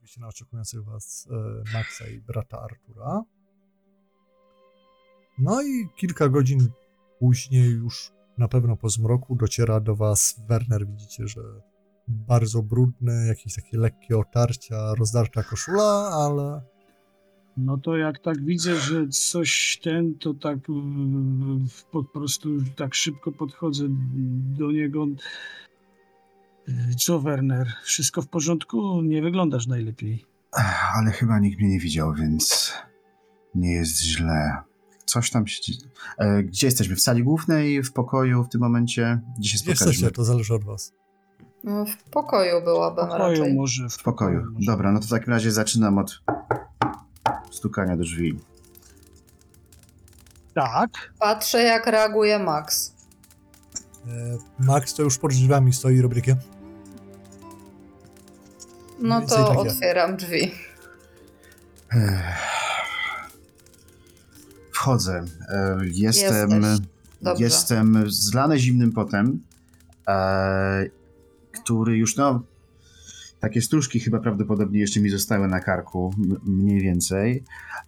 oczywiście na oczekujących was Maxa i brata Artura. No i kilka godzin później, już na pewno po zmroku, dociera do was Werner. Widzicie, że bardzo brudny, jakieś takie lekkie otarcia, rozdarta koszula, ale... No to jak tak widzę, że coś to tak po prostu tak szybko podchodzę do niego. Co, Werner, wszystko w porządku? Nie wyglądasz najlepiej. Ale chyba nikt mnie nie widział, więc nie jest źle. Coś tam się... Gdzie jesteśmy? W sali głównej, w pokoju w tym momencie? Gdzie się spotkaliśmy? Jesteście, to zależy od was. W pokoju byłabym raczej. Może. W pokoju. Dobra, no to w takim razie zaczynam od stukania do drzwi. Tak. Patrzę, jak reaguje Max. Max to już pod drzwiami stoi i robi takie... No Więcej to takie. otwieram drzwi. Wchodzę. Jesteś. Dobrze. Jestem zlany zimnym potem, który już, takie stróżki chyba prawdopodobnie jeszcze mi zostały na karku, mniej więcej.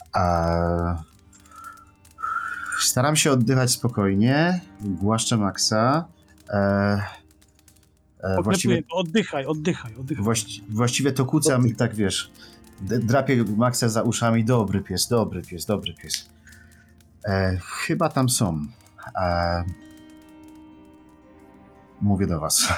Staram się oddychać spokojnie, głaszczę Maxa. Oddychaj. Właściwie to kucam i tak, wiesz, drapię Maxa za uszami. Dobry pies. Chyba tam są. Mówię do was.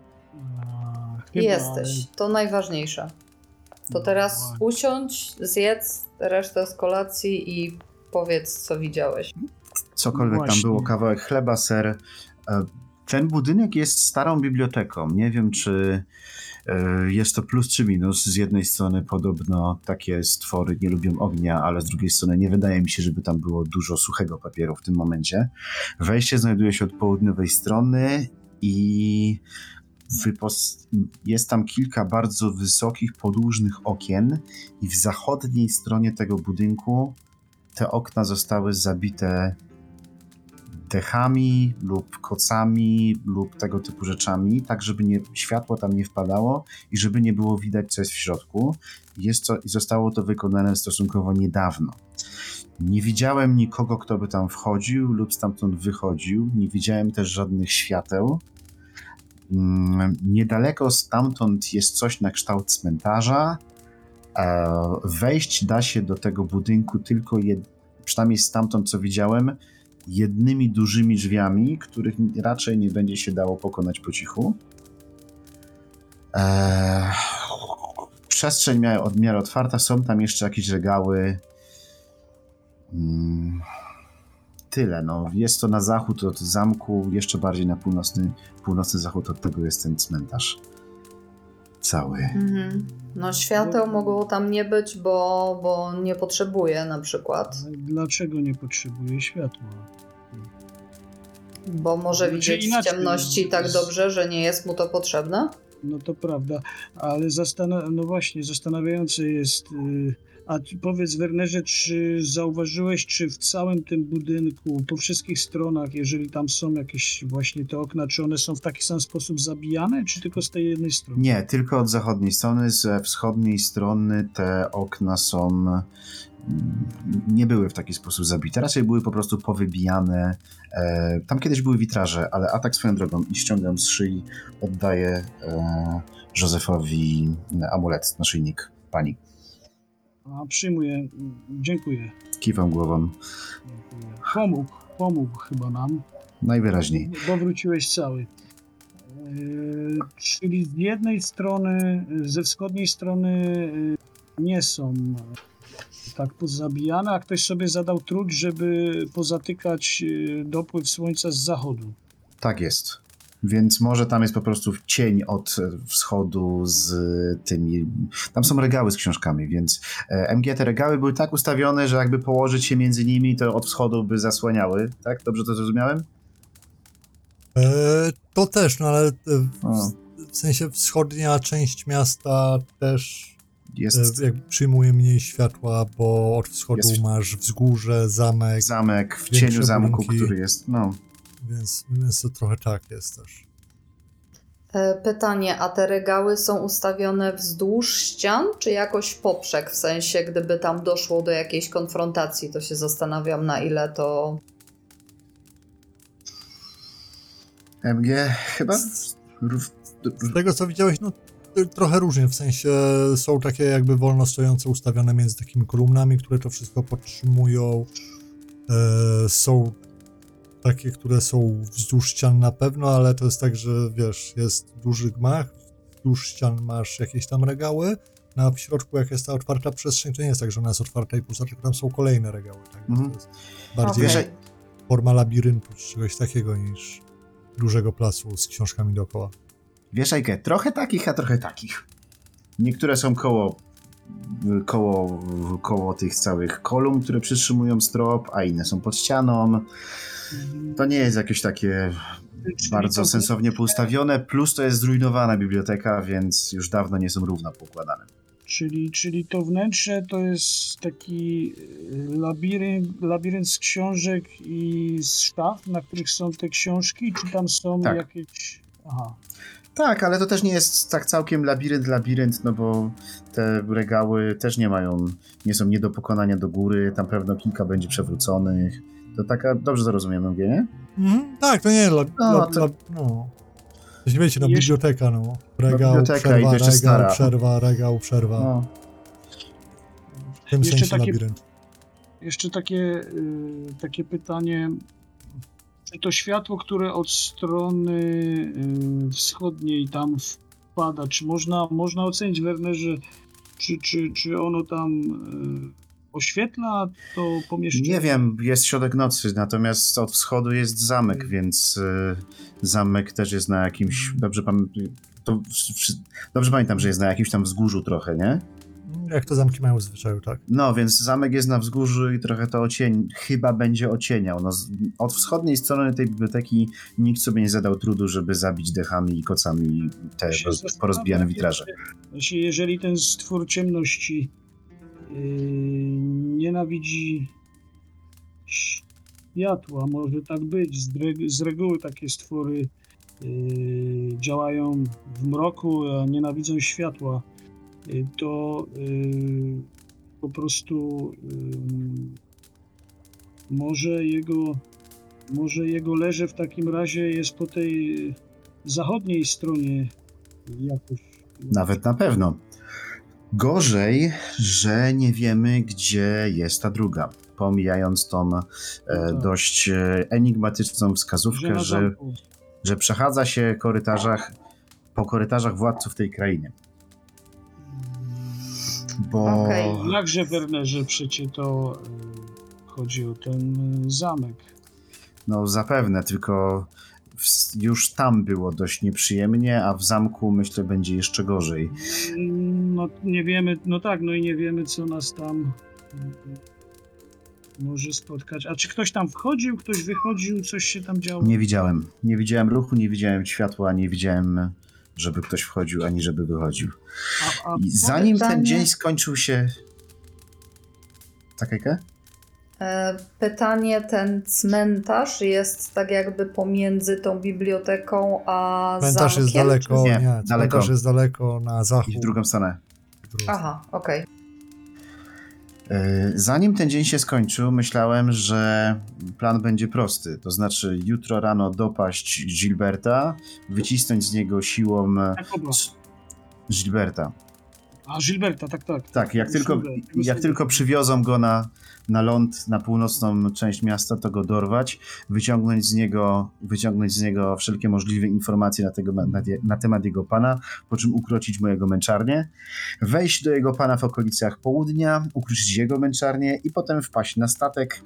Jesteś, to najważniejsze. To teraz usiądź, zjedz resztę z kolacji i powiedz, co widziałeś. Cokolwiek tam było, kawałek chleba, ser. Ten budynek jest starą biblioteką. Nie wiem, czy jest to plus czy minus. Z jednej strony podobno takie stwory nie lubią ognia, ale z drugiej strony nie wydaje mi się, żeby tam było dużo suchego papieru w tym momencie. Wejście znajduje się od południowej strony i jest tam kilka bardzo wysokich, podłużnych okien i w zachodniej stronie tego budynku te okna zostały zabite dechami lub kocami lub tego typu rzeczami, tak żeby światło tam nie wpadało i żeby nie było widać, co jest w środku. Zostało to wykonane stosunkowo niedawno. Nie widziałem nikogo, kto by tam wchodził lub stamtąd wychodził. Nie widziałem też żadnych świateł. Niedaleko stamtąd jest coś na kształt cmentarza. Wejść da się do tego budynku tylko, przynajmniej stamtąd co widziałem, jednymi dużymi drzwiami, których raczej nie będzie się dało pokonać po cichu. Przestrzeń w miarę otwarta, są tam jeszcze jakieś regały. Tyle, Jest to na zachód od zamku, jeszcze bardziej na północny zachód od tego jest ten cmentarz. Cały. No świateł mogło tam nie być, bo nie potrzebuje na przykład. Dlaczego nie potrzebuje światła? Bo może widzieć w ciemności tak dobrze, że nie jest mu to potrzebne? No to prawda, ale zastanawiające jest... A powiedz, Wernerze, czy zauważyłeś, czy w całym tym budynku, po wszystkich stronach, jeżeli tam są jakieś właśnie te okna, czy one są w taki sam sposób zabijane, czy tylko z tej jednej strony? Nie, tylko od zachodniej strony. Ze wschodniej strony te okna nie były w taki sposób zabite. Raczej były po prostu powybijane. Tam kiedyś były witraże, ale atak swoją drogą i ściągam z szyi, oddaję Józefowi amulet, naszyjnik pani. Przyjmuję. Dziękuję. Kiwam głową. Pomógł chyba nam. Najwyraźniej. Bo wróciłeś cały. Czyli z jednej strony, ze wschodniej strony nie są tak pozabijane, a ktoś sobie zadał trud, żeby pozatykać dopływ słońca z zachodu. Tak jest. Więc może tam jest po prostu cień od wschodu z tymi... Tam są regały z książkami, więc te regały były tak ustawione, że jakby położyć się między nimi, to od wschodu by zasłaniały. Tak? Dobrze to zrozumiałem? To też, ale w sensie wschodnia część miasta też przyjmuje mniej światła, bo od wschodu masz wzgórze, zamek. W cieniu zamku, który jest, Więc to trochę tak jest też. Pytanie, a te regały są ustawione wzdłuż ścian, czy jakoś w poprzek? W sensie, gdyby tam doszło do jakiejś konfrontacji, to się zastanawiam, na ile to... MG chyba? Z tego co widziałeś, no trochę różnie, w sensie są takie jakby wolno stojące, ustawione między takimi kolumnami, które to wszystko podtrzymują. Są takie, które są wzdłuż ścian na pewno, ale to jest tak, że wiesz, jest duży gmach, wzdłuż ścian masz jakieś tam regały, no a w środku jak jest ta otwarta przestrzeń, to nie jest tak, że ona jest otwarta i pusta, tylko tam są kolejne regały. Tak? To jest bardziej Okej. forma labiryntu, czy czegoś takiego niż dużego placu z książkami dookoła. Wiesz, Ajke, trochę takich, a trochę takich. Niektóre są koło tych całych kolumn, które przytrzymują strop, a inne są pod ścianą. To nie jest jakieś takie bardzo sensownie poustawione, plus to jest zrujnowana biblioteka, więc już dawno nie są równo poukładane. Czyli to wnętrze to jest taki labirynt z książek i z szaf, na których są te książki, czy tam są Tak. jakieś... Aha. Tak, ale to też nie jest tak całkiem labirynt, no bo te regały też nie są nie do pokonania do góry, tam pewno kilka będzie przewróconych. To taka, dobrze zrozumiem, MG, nie? Tak, to nie No. Wiecie, no biblioteka, no. Regał, Biblioteka przerwa, i to jeszcze stara. regał, przerwa. No. W tym Jeszcze sensie takie- labirynt. Jeszcze takie pytanie. Czy to światło, które od strony wschodniej tam wpada, czy można ocenić, Wernerze, czy ono tam oświetla to pomieszczenie? Nie wiem, jest środek nocy, natomiast od wschodu jest zamek, więc zamek też jest na jakimś, dobrze pamiętam, że jest na jakimś tam wzgórzu trochę, nie? Jak to zamki mają w zwyczaju, tak? No, więc zamek jest na wzgórzu i trochę to chyba będzie ocieniał. No, od wschodniej strony tej biblioteki nikt sobie nie zadał trudu, żeby zabić dechami i kocami te porozbijane witraże. Jeżeli ten stwór ciemności nienawidzi światła, może tak być. Z reguły takie stwory działają w mroku, a nienawidzą światła. To po prostu może jego leże w takim razie jest po tej zachodniej stronie jakoś. Nawet na pewno. Gorzej, że nie wiemy, gdzie jest ta druga. Pomijając tą dość enigmatyczną wskazówkę, że przechadza się po korytarzach władców tej krainy. Bo... Okej. Jakże, Wernerze, przecie to chodzi o ten zamek. No zapewne, tylko już tam było dość nieprzyjemnie, a w zamku myślę będzie jeszcze gorzej. No nie wiemy, no tak, no i nie wiemy, co nas tam może spotkać. A czy ktoś tam wchodził, ktoś wychodził, coś się tam działo? Nie widziałem. Nie widziałem ruchu, nie widziałem światła, nie widziałem, żeby ktoś wchodził, ani żeby wychodził. I zanim ten dzień skończył się... Tak, Ejke? Pytanie, ten cmentarz jest tak jakby pomiędzy tą biblioteką a Cmentarz zamkiem? jest daleko, Nie, nie, daleko. cmentarz jest daleko na zachód. I w drugą stronę. Aha, okej. Zanim ten dzień się skończył, myślałem, że plan będzie prosty. To znaczy jutro rano dopaść Gilberta, wycisnąć z niego siłą Gilberta. A Gilberta, tak. Tak, jak tylko przywiozą go na ląd, na północną część miasta, to go dorwać, wyciągnąć z niego wszelkie możliwe informacje na temat jego pana, po czym ukrócić mojego męczarnię, wejść do jego pana w okolicach południa, ukrócić jego męczarnię i potem wpaść na statek,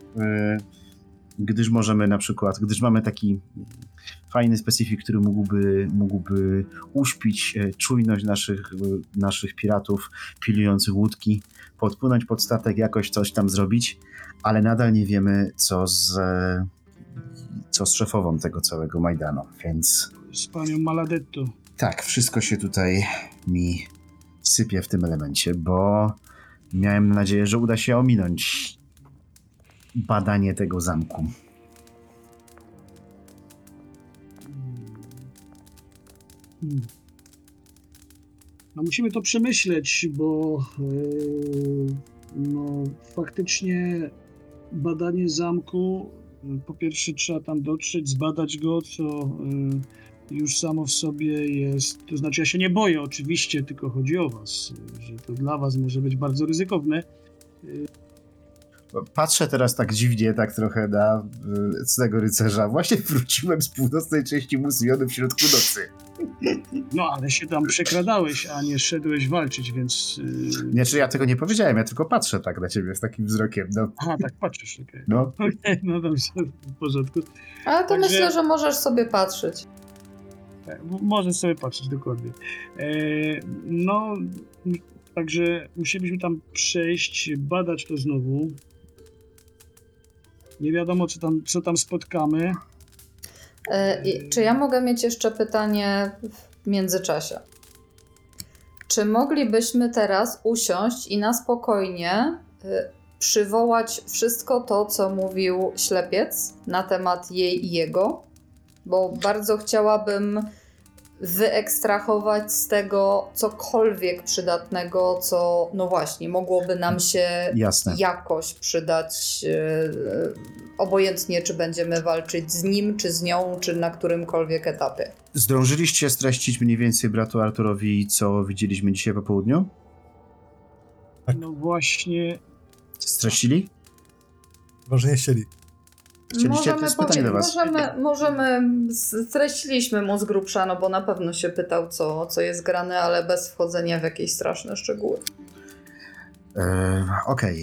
gdyż mamy taki fajny specyfik, który mógłby uśpić czujność naszych piratów pilujących łódki, podpłynąć pod statek, jakoś coś tam zrobić, ale nadal nie wiemy, co z szefową tego całego Majdanu, więc... Z panią Maladetto. Tak, wszystko się tutaj mi sypie w tym elemencie, bo miałem nadzieję, że uda się ominąć badanie tego zamku. No musimy to przemyśleć, bo no, faktycznie badanie zamku, po pierwsze trzeba tam dotrzeć, zbadać go, co już samo w sobie jest, to znaczy ja się nie boję oczywiście, tylko chodzi o was, że to dla was może być bardzo ryzykowne. Patrzę teraz tak dziwnie, tak trochę na Cnego Rycerza. Właśnie wróciłem z północnej części Musjonu w środku nocy. No ale się tam przekradałeś, a nie szedłeś walczyć, więc... Nie, czy ja tego nie powiedziałem, ja tylko patrzę tak na ciebie z takim wzrokiem. No. Aha, tak patrzysz, okej. No. Okej, no dobrze, w porządku. Ale to Także- myślę, że możesz sobie patrzeć. Tak, możesz sobie patrzeć dokładnie. No, także musielibyśmy tam przejść, badać to znowu. Nie wiadomo, co tam spotkamy. Czy ja mogę mieć jeszcze pytanie w międzyczasie? Czy moglibyśmy teraz usiąść i na spokojnie przywołać wszystko to, co mówił ślepiec na temat jej i jego? Bo bardzo chciałabym wyekstrahować z tego cokolwiek przydatnego, co no właśnie mogłoby nam się Jasne. jakoś przydać, obojętnie czy będziemy walczyć z nim, czy z nią, czy na którymkolwiek etapie. Zdążyliście streścić mniej więcej bratu Arturowi, co widzieliśmy dzisiaj po południu? Tak. No właśnie, Streścili? Ważnie chcieli. Chcieliście? To jest pytanie do was. Streściliśmy mu z grubsza, no bo na pewno się pytał, co jest grane, ale bez wchodzenia w jakieś straszne szczegóły. Okej.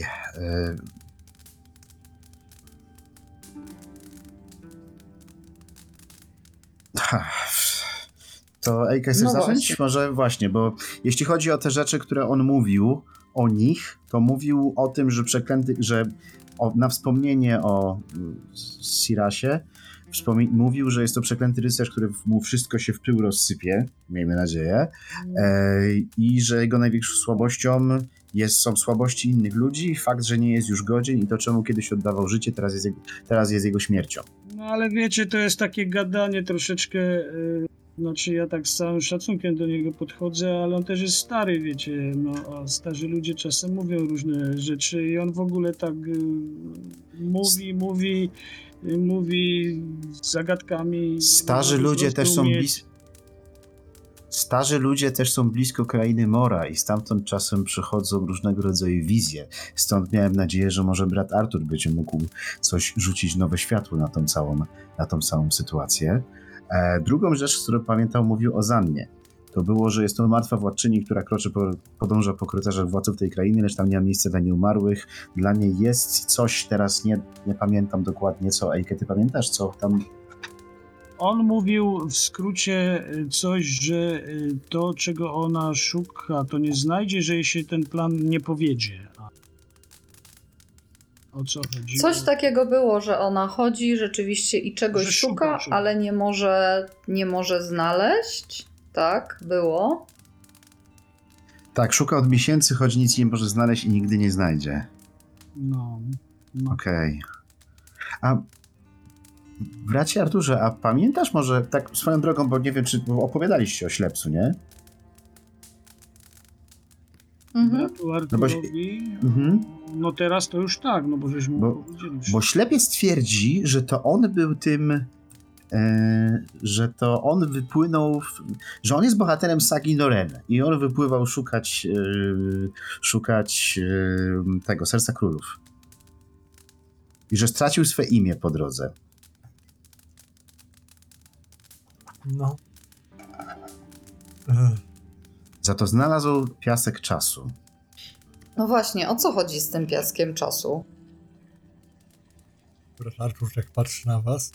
To Ejka, chcesz No zacząć? właśnie. Może właśnie, bo jeśli chodzi o te rzeczy, które on mówił o nich, to mówił o tym, że na wspomnienie o Sirasie mówił, że jest to przeklęty rycerz, który mu wszystko się w pył rozsypie, miejmy nadzieję, i że jego największą słabością są słabości innych ludzi, fakt, że nie jest już godzien i to, czemu kiedyś oddawał życie, teraz jest jego śmiercią. no ale wiecie, to jest takie gadanie troszeczkę, znaczy ja tak z całym szacunkiem do niego podchodzę, ale on też jest stary, wiecie, no a starzy ludzie czasem mówią różne rzeczy i on w ogóle tak mówi zagadkami. Starzy Można ludzie po też prostu są mieć- Starzy ludzie też są blisko krainy Mora i stamtąd czasem przychodzą różnego rodzaju wizje. Stąd miałem nadzieję, że może brat Artur będzie mógł coś rzucić nowe światło na tą całą sytuację. Drugą rzecz, którą pamiętał, mówił o Zannie. To było, że jest to martwa władczyni, która podąża po korytarzach władców tej krainy, lecz tam nie ma miejsca dla nieumarłych. Dla niej jest coś, teraz nie pamiętam dokładnie co. Ejke, ty pamiętasz, co tam... On mówił w skrócie coś, że to, czego ona szuka, to nie znajdzie, że jej się ten plan nie powiedzie. A o co chodzi? Coś takiego było, że ona chodzi rzeczywiście i czegoś Że szuka, szuka. ale nie może znaleźć. Tak, było. Tak, szuka od miesięcy, choć nic nie może znaleźć i nigdy nie znajdzie. No. Okej. A bracie Arturze, a pamiętasz może, tak swoją drogą, bo nie wiem, czy bo opowiadaliście o ślepcu, nie? Bratu Arturowi, no teraz to już tak, no bo żeśmy mu powiedzieli. Bo ślepiec twierdzi, że to on był tym, że to on wypłynął, że on jest bohaterem sagi Noren i on wypływał szukać tego, Serca Królów. I że stracił swe imię po drodze. No. Za to znalazł piasek czasu. No właśnie, o co chodzi z tym piaskiem czasu? Brat Artur jak patrzy na was.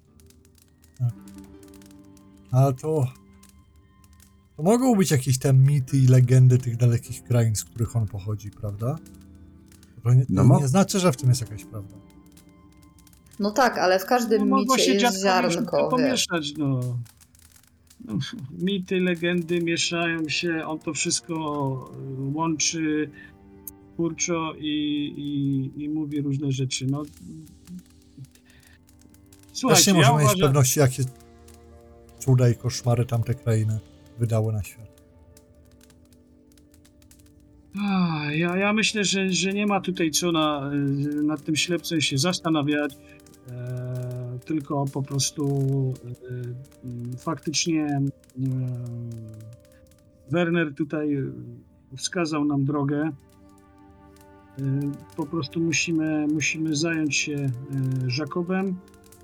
A to mogą być jakieś te mity i legendy tych dalekich krain, z których on pochodzi, prawda? To nie znaczy, że w tym jest jakaś prawda. No tak, ale w każdym mogło micie jest dziadkowi ziarnko, wiesz. pomieszać, no. Mity, legendy mieszają się, on to wszystko łączy twórczo i mówi różne rzeczy. No. Też Słuchajcie, nie możemy mieć uważam, pewności, jakie cuda i koszmary tamte krainy wydały na świat. Ja myślę, że nie ma tutaj co nad tym ślepcem się zastanawiać, tylko po prostu faktycznie Werner tutaj wskazał nam drogę. Po prostu musimy zająć się Jacobem.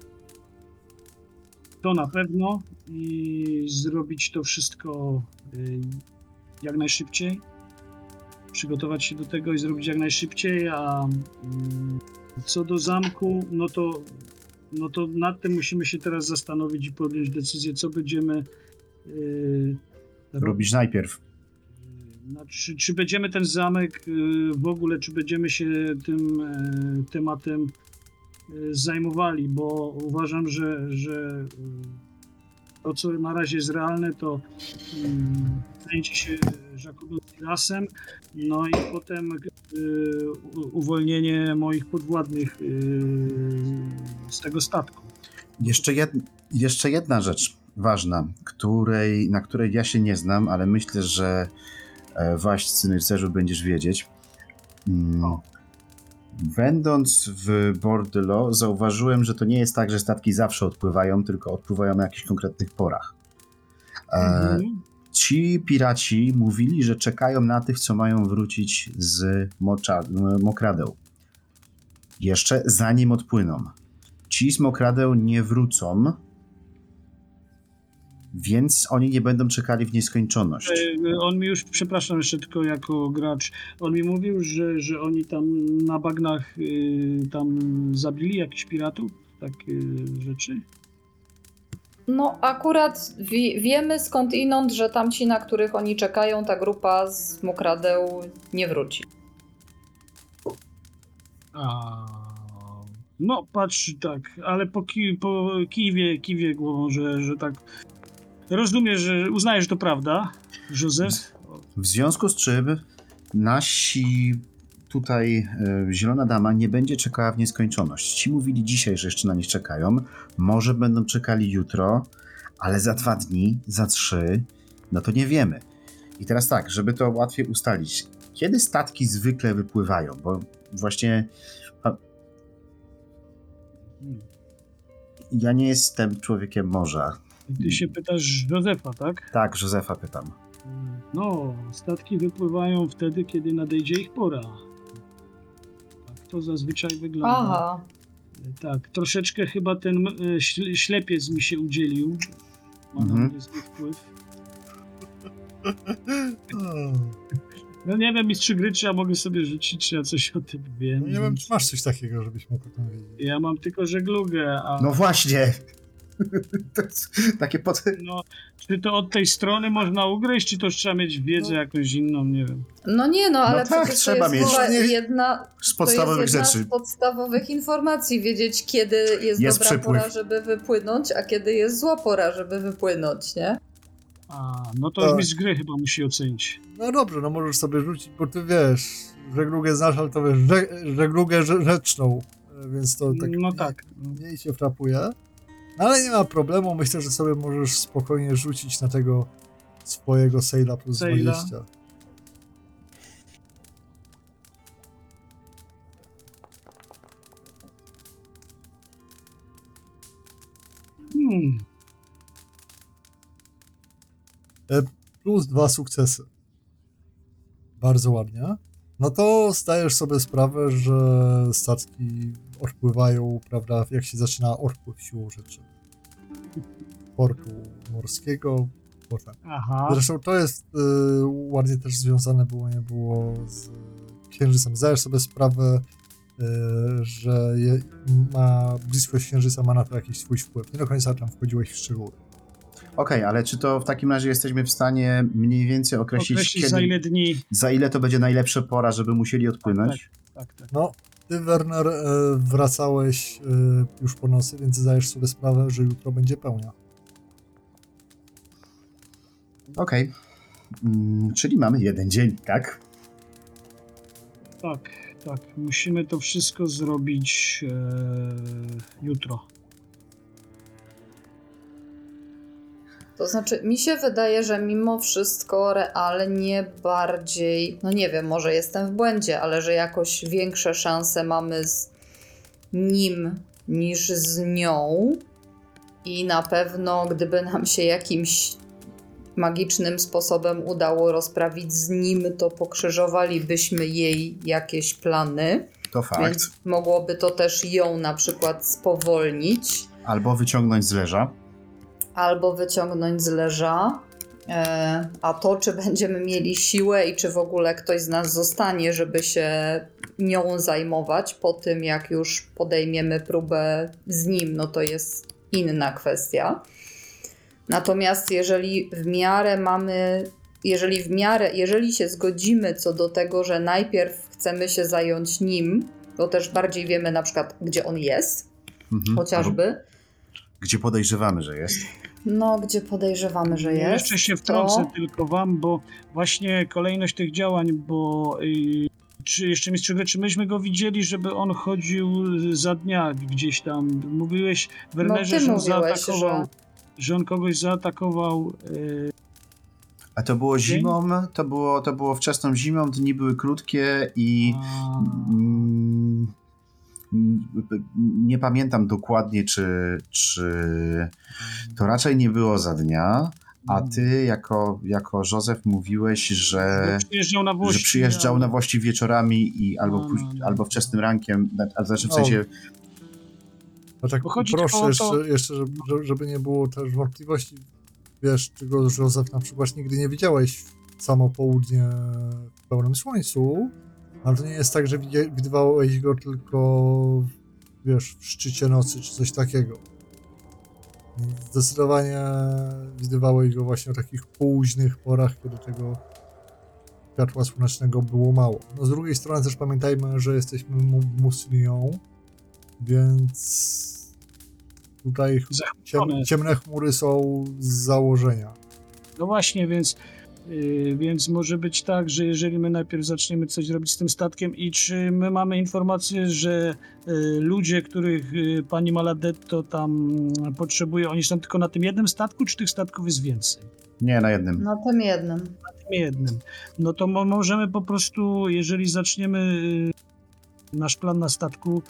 To na pewno i zrobić to wszystko jak najszybciej. Przygotować się do tego i zrobić jak najszybciej, a co do zamku, no to nad tym musimy się teraz zastanowić i podjąć decyzję, co będziemy Robić najpierw. Znaczy, czy będziemy ten zamek w ogóle, czy będziemy się tym tematem zajmowali, bo uważam, że to, co na razie jest realne, to zajęcie się Jacobem Silasem, no i potem uwolnienie moich podwładnych z tego statku. Jeszcze jedna rzecz ważna, na której ja się nie znam, ale myślę, że Waścy rycerzu będziesz wiedzieć. Będąc w Bordello, zauważyłem, że to nie jest tak, że statki zawsze odpływają, tylko odpływają na jakichś konkretnych porach. Ci piraci mówili, że czekają na tych, co mają wrócić z Mokradeł. Jeszcze zanim odpłyną. Ci z Mokradeł nie wrócą, więc oni nie będą czekali w nieskończoność. On mi już, przepraszam jeszcze tylko jako gracz, on mi mówił, że oni tam na bagnach tam zabili jakichś piratów, takie rzeczy. No akurat wiemy skądinąd, że tamci, na których oni czekają, ta grupa z Mokradeł nie wróci. No patrz, tak, ale po kiwie głową, że tak. Rozumiem, że uznajesz, że to prawda, Józef? W związku z czym nasi tutaj Zielona Dama nie będzie czekała w nieskończoność. Ci mówili dzisiaj, że jeszcze na nich czekają. Może będą czekali jutro, ale za 2 dni, za 3, no to nie wiemy. I teraz tak, żeby to łatwiej ustalić. Kiedy statki zwykle wypływają? Bo właśnie ja nie jestem człowiekiem morza. Ty się pytasz Józefa, tak? Tak, Józefa pytam. No, statki wypływają wtedy, kiedy nadejdzie ich pora. Tak to zazwyczaj wygląda. Aha. Tak, troszeczkę chyba ten ślepiec mi się udzielił. Ma na mnie zły wpływ. No nie wiem, mistrzu gry, czy ja mogę sobie rzucić, czy ja coś o tym wiem. No nie wiem, czy masz coś takiego, żebyś mógł o tym wiedzieć. Ja mam tylko żeglugę, a... No właśnie! To jest takie No, czy to od tej strony można ugryźć, czy to trzeba mieć wiedzę jakąś inną, nie wiem. No nie, no ale No tak, przecież trzeba to jest mieć. chyba jedna, z to podstawowych jest jedna rzeczy. z podstawowych informacji, wiedzieć kiedy jest dobra przypływ. pora, żeby wypłynąć, a kiedy jest zła pora, żeby wypłynąć, nie? No to już mistrz gry chyba musi ocenić. No dobrze, no możesz sobie rzucić, bo ty wiesz, żeglugę znasz, ale to wiesz, żeglugę rzeczną, więc to tak, No tak. mniej cię frapuje. No ale nie ma problemu, myślę, że sobie możesz spokojnie rzucić na tego swojego Saila plus Saila. 20. Plus 2 sukcesy. Bardzo ładnie. No to zdajesz sobie sprawę, że statki odpływają, prawda, jak się zaczyna odpływ siłą rzeczy. Portu morskiego, potem. Aha. Zresztą to jest ładnie też związane nie było z Księżycem. Zdajesz sobie sprawę, że bliskość Księżyca ma na to jakiś swój wpływ. Nie do końca tam wchodziłeś w szczegóły. Okej, ale czy to w takim razie jesteśmy w stanie mniej więcej określić kiedy, za ile dni. za ile to będzie najlepsza pora, żeby musieli odpłynąć? Tak. No, ty, Werner, wracałeś już po nocy, więc zdajesz sobie sprawę, że jutro będzie pełnia. Okej. Czyli mamy 1 dzień, tak? Tak. Musimy to wszystko zrobić jutro. To znaczy, mi się wydaje, że mimo wszystko realnie bardziej, no nie wiem, może jestem w błędzie, ale że jakoś większe szanse mamy z nim niż z nią i na pewno gdyby nam się jakimś magicznym sposobem udało rozprawić z nim, to pokrzyżowalibyśmy jej jakieś plany. To fakt. Więc mogłoby to też ją na przykład spowolnić. Albo wyciągnąć z leża. Albo wyciągnąć z leża. A to, czy będziemy mieli siłę i czy w ogóle ktoś z nas zostanie, żeby się nią zajmować po tym, jak już podejmiemy próbę z nim, no to jest inna kwestia. Natomiast jeżeli się zgodzimy co do tego, że najpierw chcemy się zająć nim, to też bardziej wiemy na przykład, gdzie on jest, chociażby. Gdzie podejrzewamy, że jest. No, gdzie podejrzewamy, że jest. Jeszcze się wtrącę tylko wam, bo właśnie kolejność tych działań, bo czy jeszcze mistrzu gry, czy myśmy go widzieli, żeby on chodził za dnia gdzieś tam. Mówiłeś, Wernerze, że on zaatakował, że on kogoś zaatakował. A to było zimą, to było wczesną zimą, dni były krótkie i nie pamiętam dokładnie, czy to raczej nie było za dnia, a ty jako Józef mówiłeś, że przyjeżdżał na Włości wieczorami i albo wczesnym rankiem, a znaczy w sensie... No tak, proszę jeszcze żeby nie było też wątpliwości, wiesz, czego Józef na przykład nigdy nie widziałeś w samo południe w pełnym słońcu, ale to nie jest tak, że widywałeś go tylko, wiesz, w szczycie nocy czy coś takiego. Zdecydowanie widywałeś go właśnie o takich późnych porach, kiedy tego światła słonecznego było mało. No z drugiej strony też pamiętajmy, że jesteśmy Muslią, więc tutaj ciemne chmury są z założenia. No właśnie, więc może być tak, że jeżeli my najpierw zaczniemy coś robić z tym statkiem i czy my mamy informację, że ludzie, których pani Maladetto tam potrzebuje, oni są tylko na tym jednym statku, czy tych statków jest więcej? Nie, na jednym. Na tym jednym. No to możemy po prostu, jeżeli zaczniemy nasz plan na statku,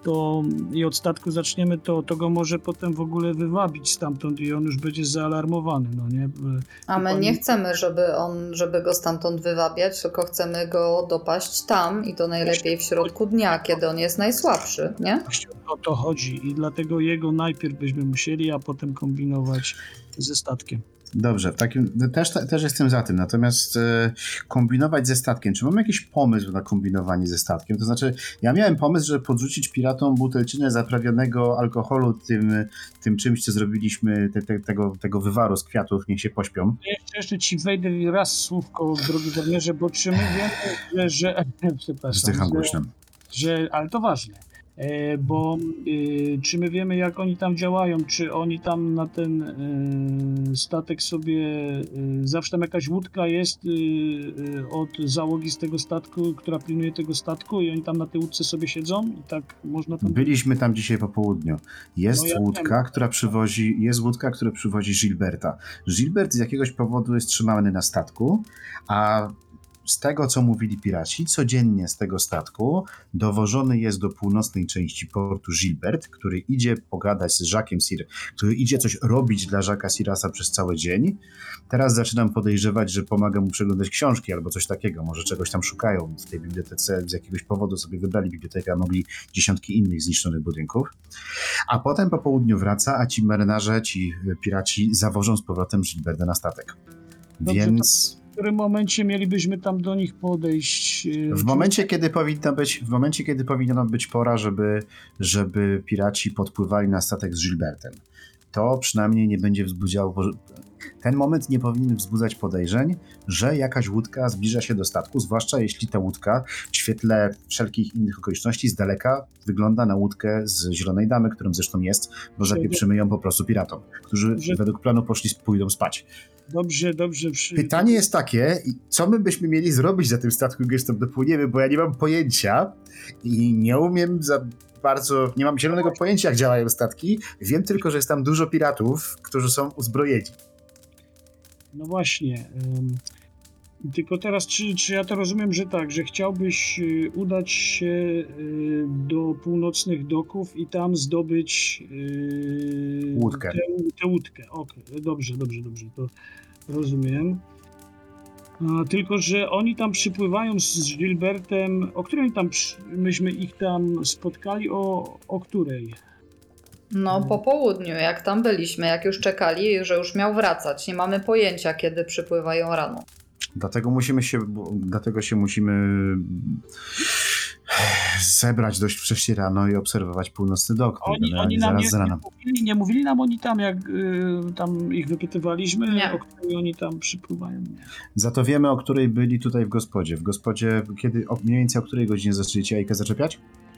i od statku zaczniemy, to go może potem w ogóle wywabić stamtąd i on już będzie zaalarmowany, no nie? A my nie chcemy, żeby go stamtąd wywabiać, tylko chcemy go dopaść tam i to najlepiej w środku dnia, kiedy on jest najsłabszy, nie? O to chodzi i dlatego jego najpierw byśmy musieli, a potem kombinować ze statkiem. Dobrze, w takim też jestem za tym, natomiast kombinować ze statkiem. Czy mamy jakiś pomysł na kombinowanie ze statkiem? To znaczy, ja miałem pomysł, żeby podrzucić piratom butelczynę zaprawionego alkoholu tym czymś, co zrobiliśmy, tego wywaru z kwiatów, niech się pośpią. Jeszcze ci wejdę raz słówko, drogi Wernerze, bo czy my wiemy, że Wzdycham głośno. Ale to ważne. Bo czy my wiemy, jak oni tam działają, czy oni tam na ten statek sobie, zawsze tam jakaś łódka jest od załogi z tego statku, która pilnuje tego statku i oni tam na tej łódce sobie siedzą i tak można tam... Byliśmy tam dzisiaj po południu. Jest łódka, która przywozi Gilberta. Gilbert z jakiegoś powodu jest trzymany na statku, a z tego, co mówili piraci, codziennie z tego statku dowożony jest do północnej części portu Gilbert, który idzie pogadać z Jacques'em Sir, który idzie coś robić dla Jacques'a Sirasa przez cały dzień. Teraz zaczynam podejrzewać, że pomaga mu przeglądać książki albo coś takiego. Może czegoś tam szukają w tej bibliotece. Z jakiegoś powodu sobie wybrali bibliotekę, a mogli dziesiątki innych zniszczonych budynków. A potem po południu wraca, a ci marynarze, ci piraci zawożą z powrotem Gilberta na statek. Dobrze, więc... W którym momencie mielibyśmy tam do nich podejść? W momencie, kiedy powinna być pora, żeby piraci podpływali na statek z Gilbertem. To przynajmniej nie będzie wzbudziło... Ten moment nie powinien wzbudzać podejrzeń, że jakaś łódka zbliża się do statku, zwłaszcza jeśli ta łódka w świetle wszelkich innych okoliczności z daleka wygląda na łódkę z Zielonej Damy, którą zresztą jest, bo zapieprzymy ją po prostu piratom, którzy według planu pójdą spać. Dobrze. Pytanie jest takie, co my byśmy mieli zrobić na tym statku, gdy tam dopłyniemy, bo ja nie mam pojęcia i nie umiem nie mam zielonego pojęcia, jak działają statki. Wiem tylko, że jest tam dużo piratów, którzy są uzbrojeni. No właśnie. Tylko teraz, czy ja to rozumiem, że tak, że chciałbyś udać się do północnych doków i tam zdobyć Łódkę. Tę łódkę. Okej, dobrze, to rozumiem. Tylko, że oni tam przypływają z Gilbertem. O której tam myśmy ich tam spotkali? O której? No po południu, jak tam byliśmy, jak już czekali, że już miał wracać. Nie mamy pojęcia, kiedy przypływają rano. Dlatego się musimy zebrać dość wcześnie rano i obserwować północny dok. Oni nam zaraz z rana. nie mówili nam oni tam, jak tam ich wypytywaliśmy, Nie. o której oni tam przypływają. Nie. Za to wiemy, o której byli tutaj w gospodzie. W gospodzie, mniej więcej o której godzinie zaczęliście jajkę zaczepiać?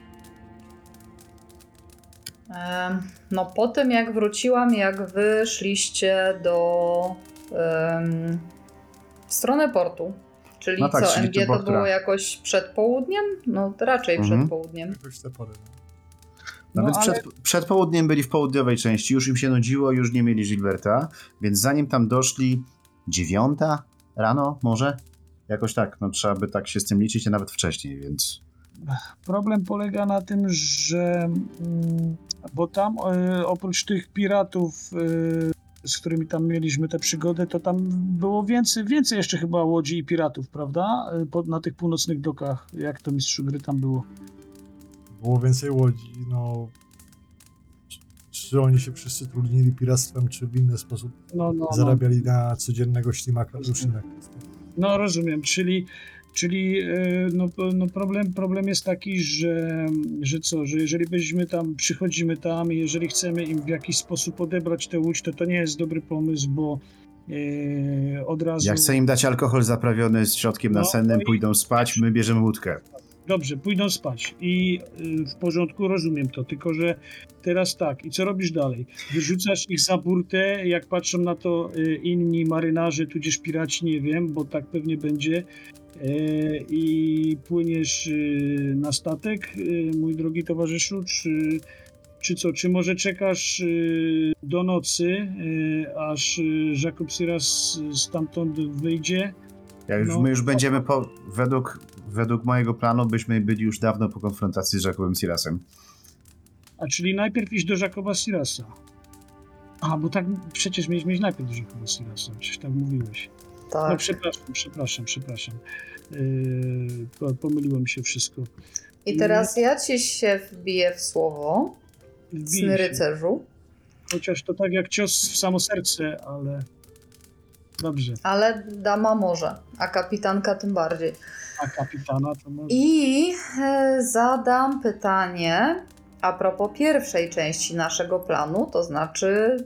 No po tym jak wróciłam, jak wy szliście w stronę portu. Czyli No tak, co, czyli MG to to było jakoś przed południem? No to raczej przed południem. Jakoś te pory. Nawet ale- przed południem byli w południowej części, już im się nudziło, już nie mieli Gilberta, więc zanim tam doszli 9 rano może? Jakoś tak, no trzeba by tak się z tym liczyć, a nawet wcześniej, więc... Problem polega na tym, że bo tam oprócz tych piratów, z którymi tam mieliśmy tę przygodę, to tam było więcej jeszcze chyba łodzi i piratów, prawda? Na tych północnych dokach, jak to mistrzu gry tam było. Było więcej łodzi, no... Czy oni się wszyscy trudnili piractwem, czy w inny sposób No. zarabiali na codziennego ślimaka Luszynek? No rozumiem, czyli problem jest taki, że jeżeli przychodzimy tam i jeżeli chcemy im w jakiś sposób odebrać tę łódź, to nie jest dobry pomysł, bo od razu... Jak chcę im dać alkohol zaprawiony z środkiem nasennym, pójdą spać, my bierzemy łódkę. Dobrze, pójdą spać i w porządku, rozumiem to, tylko że teraz tak, i co robisz dalej? Wyrzucasz ich za burtę, jak patrzą na to inni marynarze, tudzież piraci, nie wiem, bo tak pewnie będzie, i płyniesz na statek, mój drogi towarzyszu, czy co, czy może czekasz do nocy, aż Jakub Siras stamtąd wyjdzie? My już będziemy według mojego planu byśmy byli już dawno po konfrontacji z Jacobem Sirasem. A czyli najpierw iść do Jacoba Sirasa. A, bo tak przecież mieliśmy iść najpierw do Jacoba Sirasa, przecież tak mówiłeś. Tak. No przepraszam. Pomyliło mi się wszystko. I teraz ja ci się wbiję w słowo, Wbij cny się. rycerzu, Chociaż to tak jak cios w samo serce, ale dobrze. ale dama może, a kapitanka tym bardziej. A kapitana to może... I zadam pytanie a propos pierwszej części naszego planu, to znaczy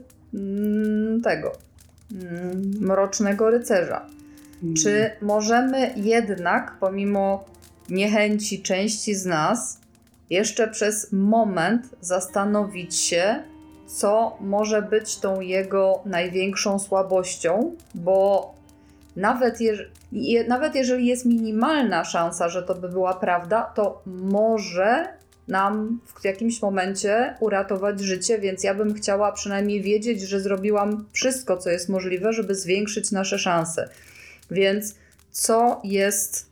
Mrocznego Rycerza. Czy możemy jednak, pomimo niechęci części z nas, jeszcze przez moment zastanowić się, co może być tą jego największą słabością, bo nawet jeżeli jest minimalna szansa, że to by była prawda, to może nam w jakimś momencie uratować życie, więc ja bym chciała przynajmniej wiedzieć, że zrobiłam wszystko, co jest możliwe, żeby zwiększyć nasze szanse. Więc co jest...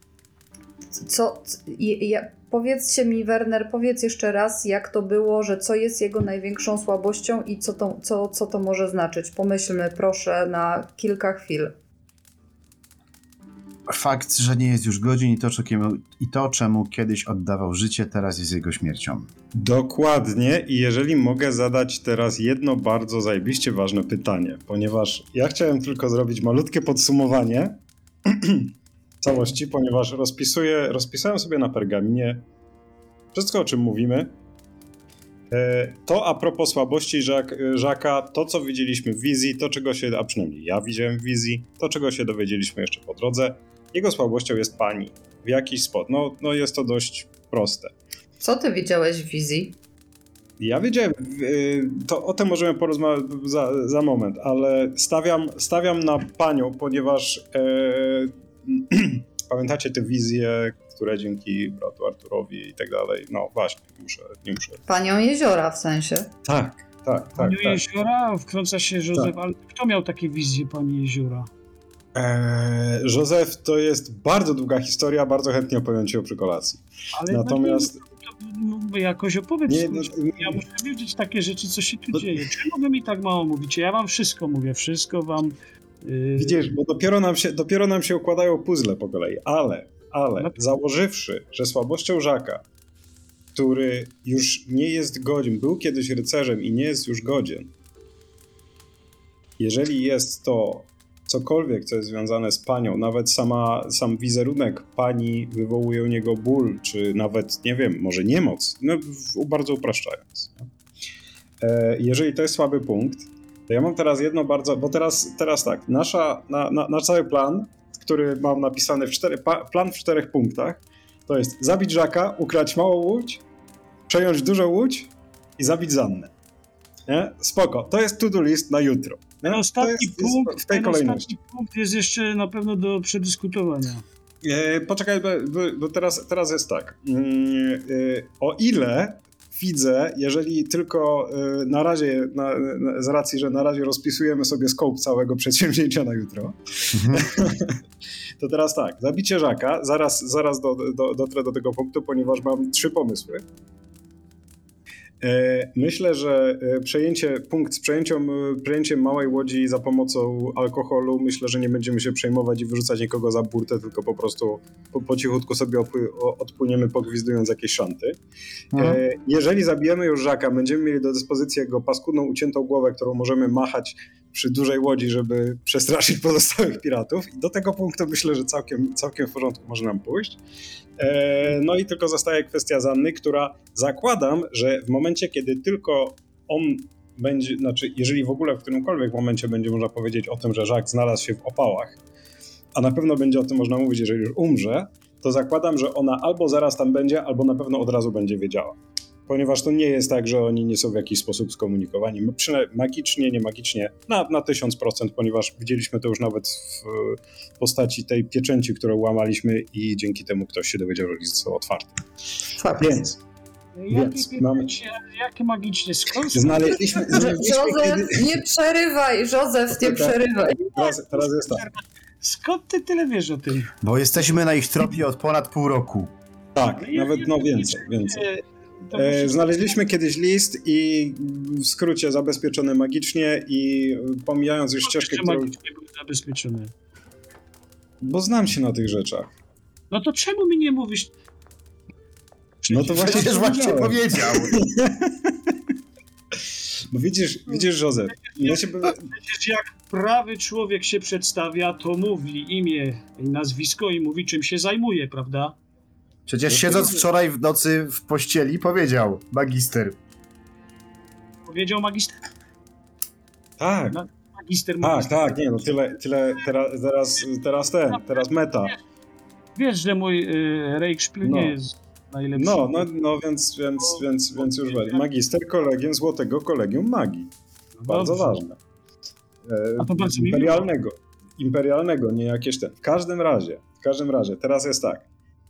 Powiedzcie mi, Werner, powiedz jeszcze raz, jak to było, że co jest jego największą słabością i co to może znaczyć. Pomyślmy, proszę, na kilka chwil. Fakt, że nie jest już godzin i to, czemu kiedyś oddawał życie, teraz jest jego śmiercią. Dokładnie, i jeżeli mogę zadać teraz jedno bardzo zajebiście ważne pytanie, ponieważ ja chciałem tylko zrobić malutkie podsumowanie całości, ponieważ rozpisałem sobie na pergaminie wszystko, o czym mówimy. To a propos słabości Żaka, to co widzieliśmy w wizji, to czego się, a przynajmniej ja widziałem w wizji, to czego się dowiedzieliśmy jeszcze po drodze. Jego słabością jest pani. W jakiś sposób. No jest to dość proste. Co ty widziałeś w wizji? Ja wiedziałem, to o tym możemy porozmawiać za moment, ale stawiam na panią, ponieważ pamiętacie te wizje, które dzięki bratu Arturowi i tak dalej. No właśnie, nie muszę. Panią Jeziora w sensie. Tak. Pani Jeziora, wkręca się Józef, ale kto miał takie wizje pani Jeziora? Józef, to jest bardzo długa historia, bardzo chętnie opowiem ci o przy kolacji. Ale Natomiast... jakoś opowiedz. Nie, Ja muszę wiedzieć takie rzeczy, co się tu dzieje. Czemu wy mi tak mało mówicie? Ja wam wszystko mówię, wszystko wam... Widzisz, bo dopiero nam się układają puzzle po kolei, ale założywszy, że słabością Żaka, który już nie jest godzien, był kiedyś rycerzem i nie jest już godzien, jeżeli jest to cokolwiek, co jest związane z panią, nawet sam wizerunek pani wywołuje u niego ból, czy nawet, nie wiem, może niemoc, no bardzo upraszczając. Jeżeli to jest słaby punkt, to ja mam teraz jedno bardzo, bo teraz tak, nasz cały plan, który mam napisany plan w 4 punktach, to jest zabić Żaka, ukraść małą łódź, przejąć dużą łódź i zabić Zannę. Nie? Spoko, to jest to-do list na jutro. Ten ostatni punkt, w tej kolejności. ostatni punkt jest jeszcze na pewno do przedyskutowania. Poczekaj, bo teraz jest tak. O ile widzę, jeżeli tylko na razie, z racji, że na razie rozpisujemy sobie scope całego przedsięwzięcia na jutro, to teraz tak, zabicie Żaka, zaraz dotrę do tego punktu, ponieważ mam 3 pomysły. Myślę, że przejęciem małej łodzi za pomocą alkoholu, myślę, że nie będziemy się przejmować i wyrzucać nikogo za burtę, tylko po prostu po cichutku sobie odpłyniemy, pogwizdując jakieś szanty. Jeżeli zabijemy już Żaka, będziemy mieli do dyspozycji jego paskudną, uciętą głowę, którą możemy machać przy dużej łodzi, żeby przestraszyć pozostałych piratów. I do tego punktu myślę, że całkiem w porządku może nam pójść. No i tylko zostaje kwestia Zanny, która zakładam, że w momencie, kiedy tylko on będzie, znaczy jeżeli w ogóle w którymkolwiek momencie będzie można powiedzieć o tym, że Żak znalazł się w opałach, a na pewno będzie o tym można mówić, jeżeli już umrze, to zakładam, że ona albo zaraz tam będzie, albo na pewno od razu będzie wiedziała. Ponieważ to nie jest tak, że oni nie są w jakiś sposób skomunikowani. Magicznie, nie magicznie, na 1000%, ponieważ widzieliśmy to już nawet w postaci tej pieczęci, którą łamaliśmy i dzięki temu ktoś się dowiedział, że listy są otwarte. Więc Jakie magiczne? Skąd? Znaleźliśmy Józef, nie przerywaj! Józef, nie przerywaj! Teraz jest tak. Skąd ty tyle wiesz o tym? Bo jesteśmy na ich tropie od ponad pół roku. Tak, nawet więcej. Znaleźliśmy kiedyś list i w skrócie zabezpieczony magicznie i pomijając już ścieżkę, którą... magicznie był zabezpieczony? Bo znam się na tych rzeczach. No to czemu mi nie mówisz? No to Przecież właśnie powiedział. Bo widzisz, Józef, Przecież jak prawy człowiek się przedstawia, to mówi imię i nazwisko i mówi, czym się zajmuje, prawda? Przecież siedząc wczoraj w nocy w pościeli powiedział magister. Powiedział magister? Tak. Magister. Nie, no tyle, teraz meta. Wiesz, że mój Rejkszpil nie jest najlepszy. No, więc już wali. Magister kolegium Złotego Kolegium Magii. Bardzo ważne. Imperialnego, nie jakieś ten. W każdym razie, teraz jest tak.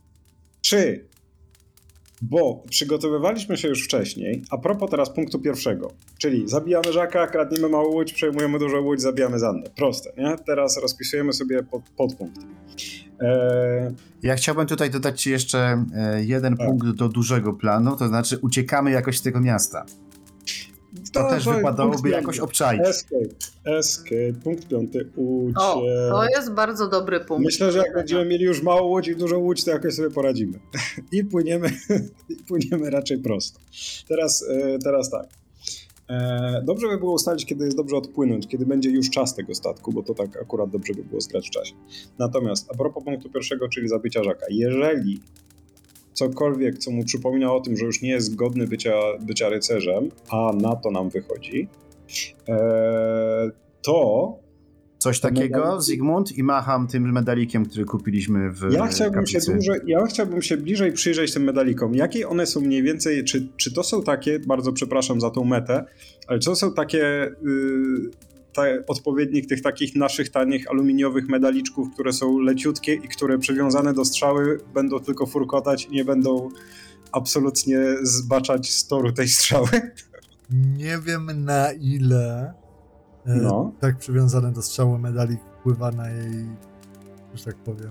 Bo przygotowywaliśmy się już wcześniej, a propos teraz punktu pierwszego, czyli zabijamy Żaka, kradniemy małą łódź, przejmujemy dużą łódź, zabijamy Zannę. Proste, nie? Teraz rozpisujemy sobie podpunkty. Ja chciałbym tutaj dodać ci jeszcze jeden punkt do dużego planu, to znaczy uciekamy jakoś z tego miasta. To też wypadałoby jakoś obczaić. Escape, punkt 5, O, to jest bardzo dobry punkt. Myślę, że jak będziemy mieli już małą łódź i dużą łódź, to jakoś sobie poradzimy. I płyniemy raczej prosto. Teraz tak. Dobrze by było ustalić, kiedy jest dobrze odpłynąć, kiedy będzie już czas tego statku, bo to tak akurat dobrze by było zgrać w czasie. Natomiast a propos punktu pierwszego, czyli zabicia Żaka, jeżeli cokolwiek, co mu przypomina o tym, że już nie jest godny bycia rycerzem, a na to nam wychodzi, to... Coś takiego, Zygmunt, i macham tym medalikiem, który kupiliśmy w kaplicy. Ja chciałbym się bliżej przyjrzeć tym medalikom. Jakie one są mniej więcej, czy to są takie, bardzo przepraszam za tą metę, ale czy to są takie odpowiednik tych takich naszych tanich aluminiowych medaliczków, które są leciutkie i które przywiązane do strzały będą tylko furkotać i nie będą absolutnie zbaczać z toru tej strzały? Nie wiem na ile tak przywiązany do strzały medalik wpływa na jej, że tak powiem,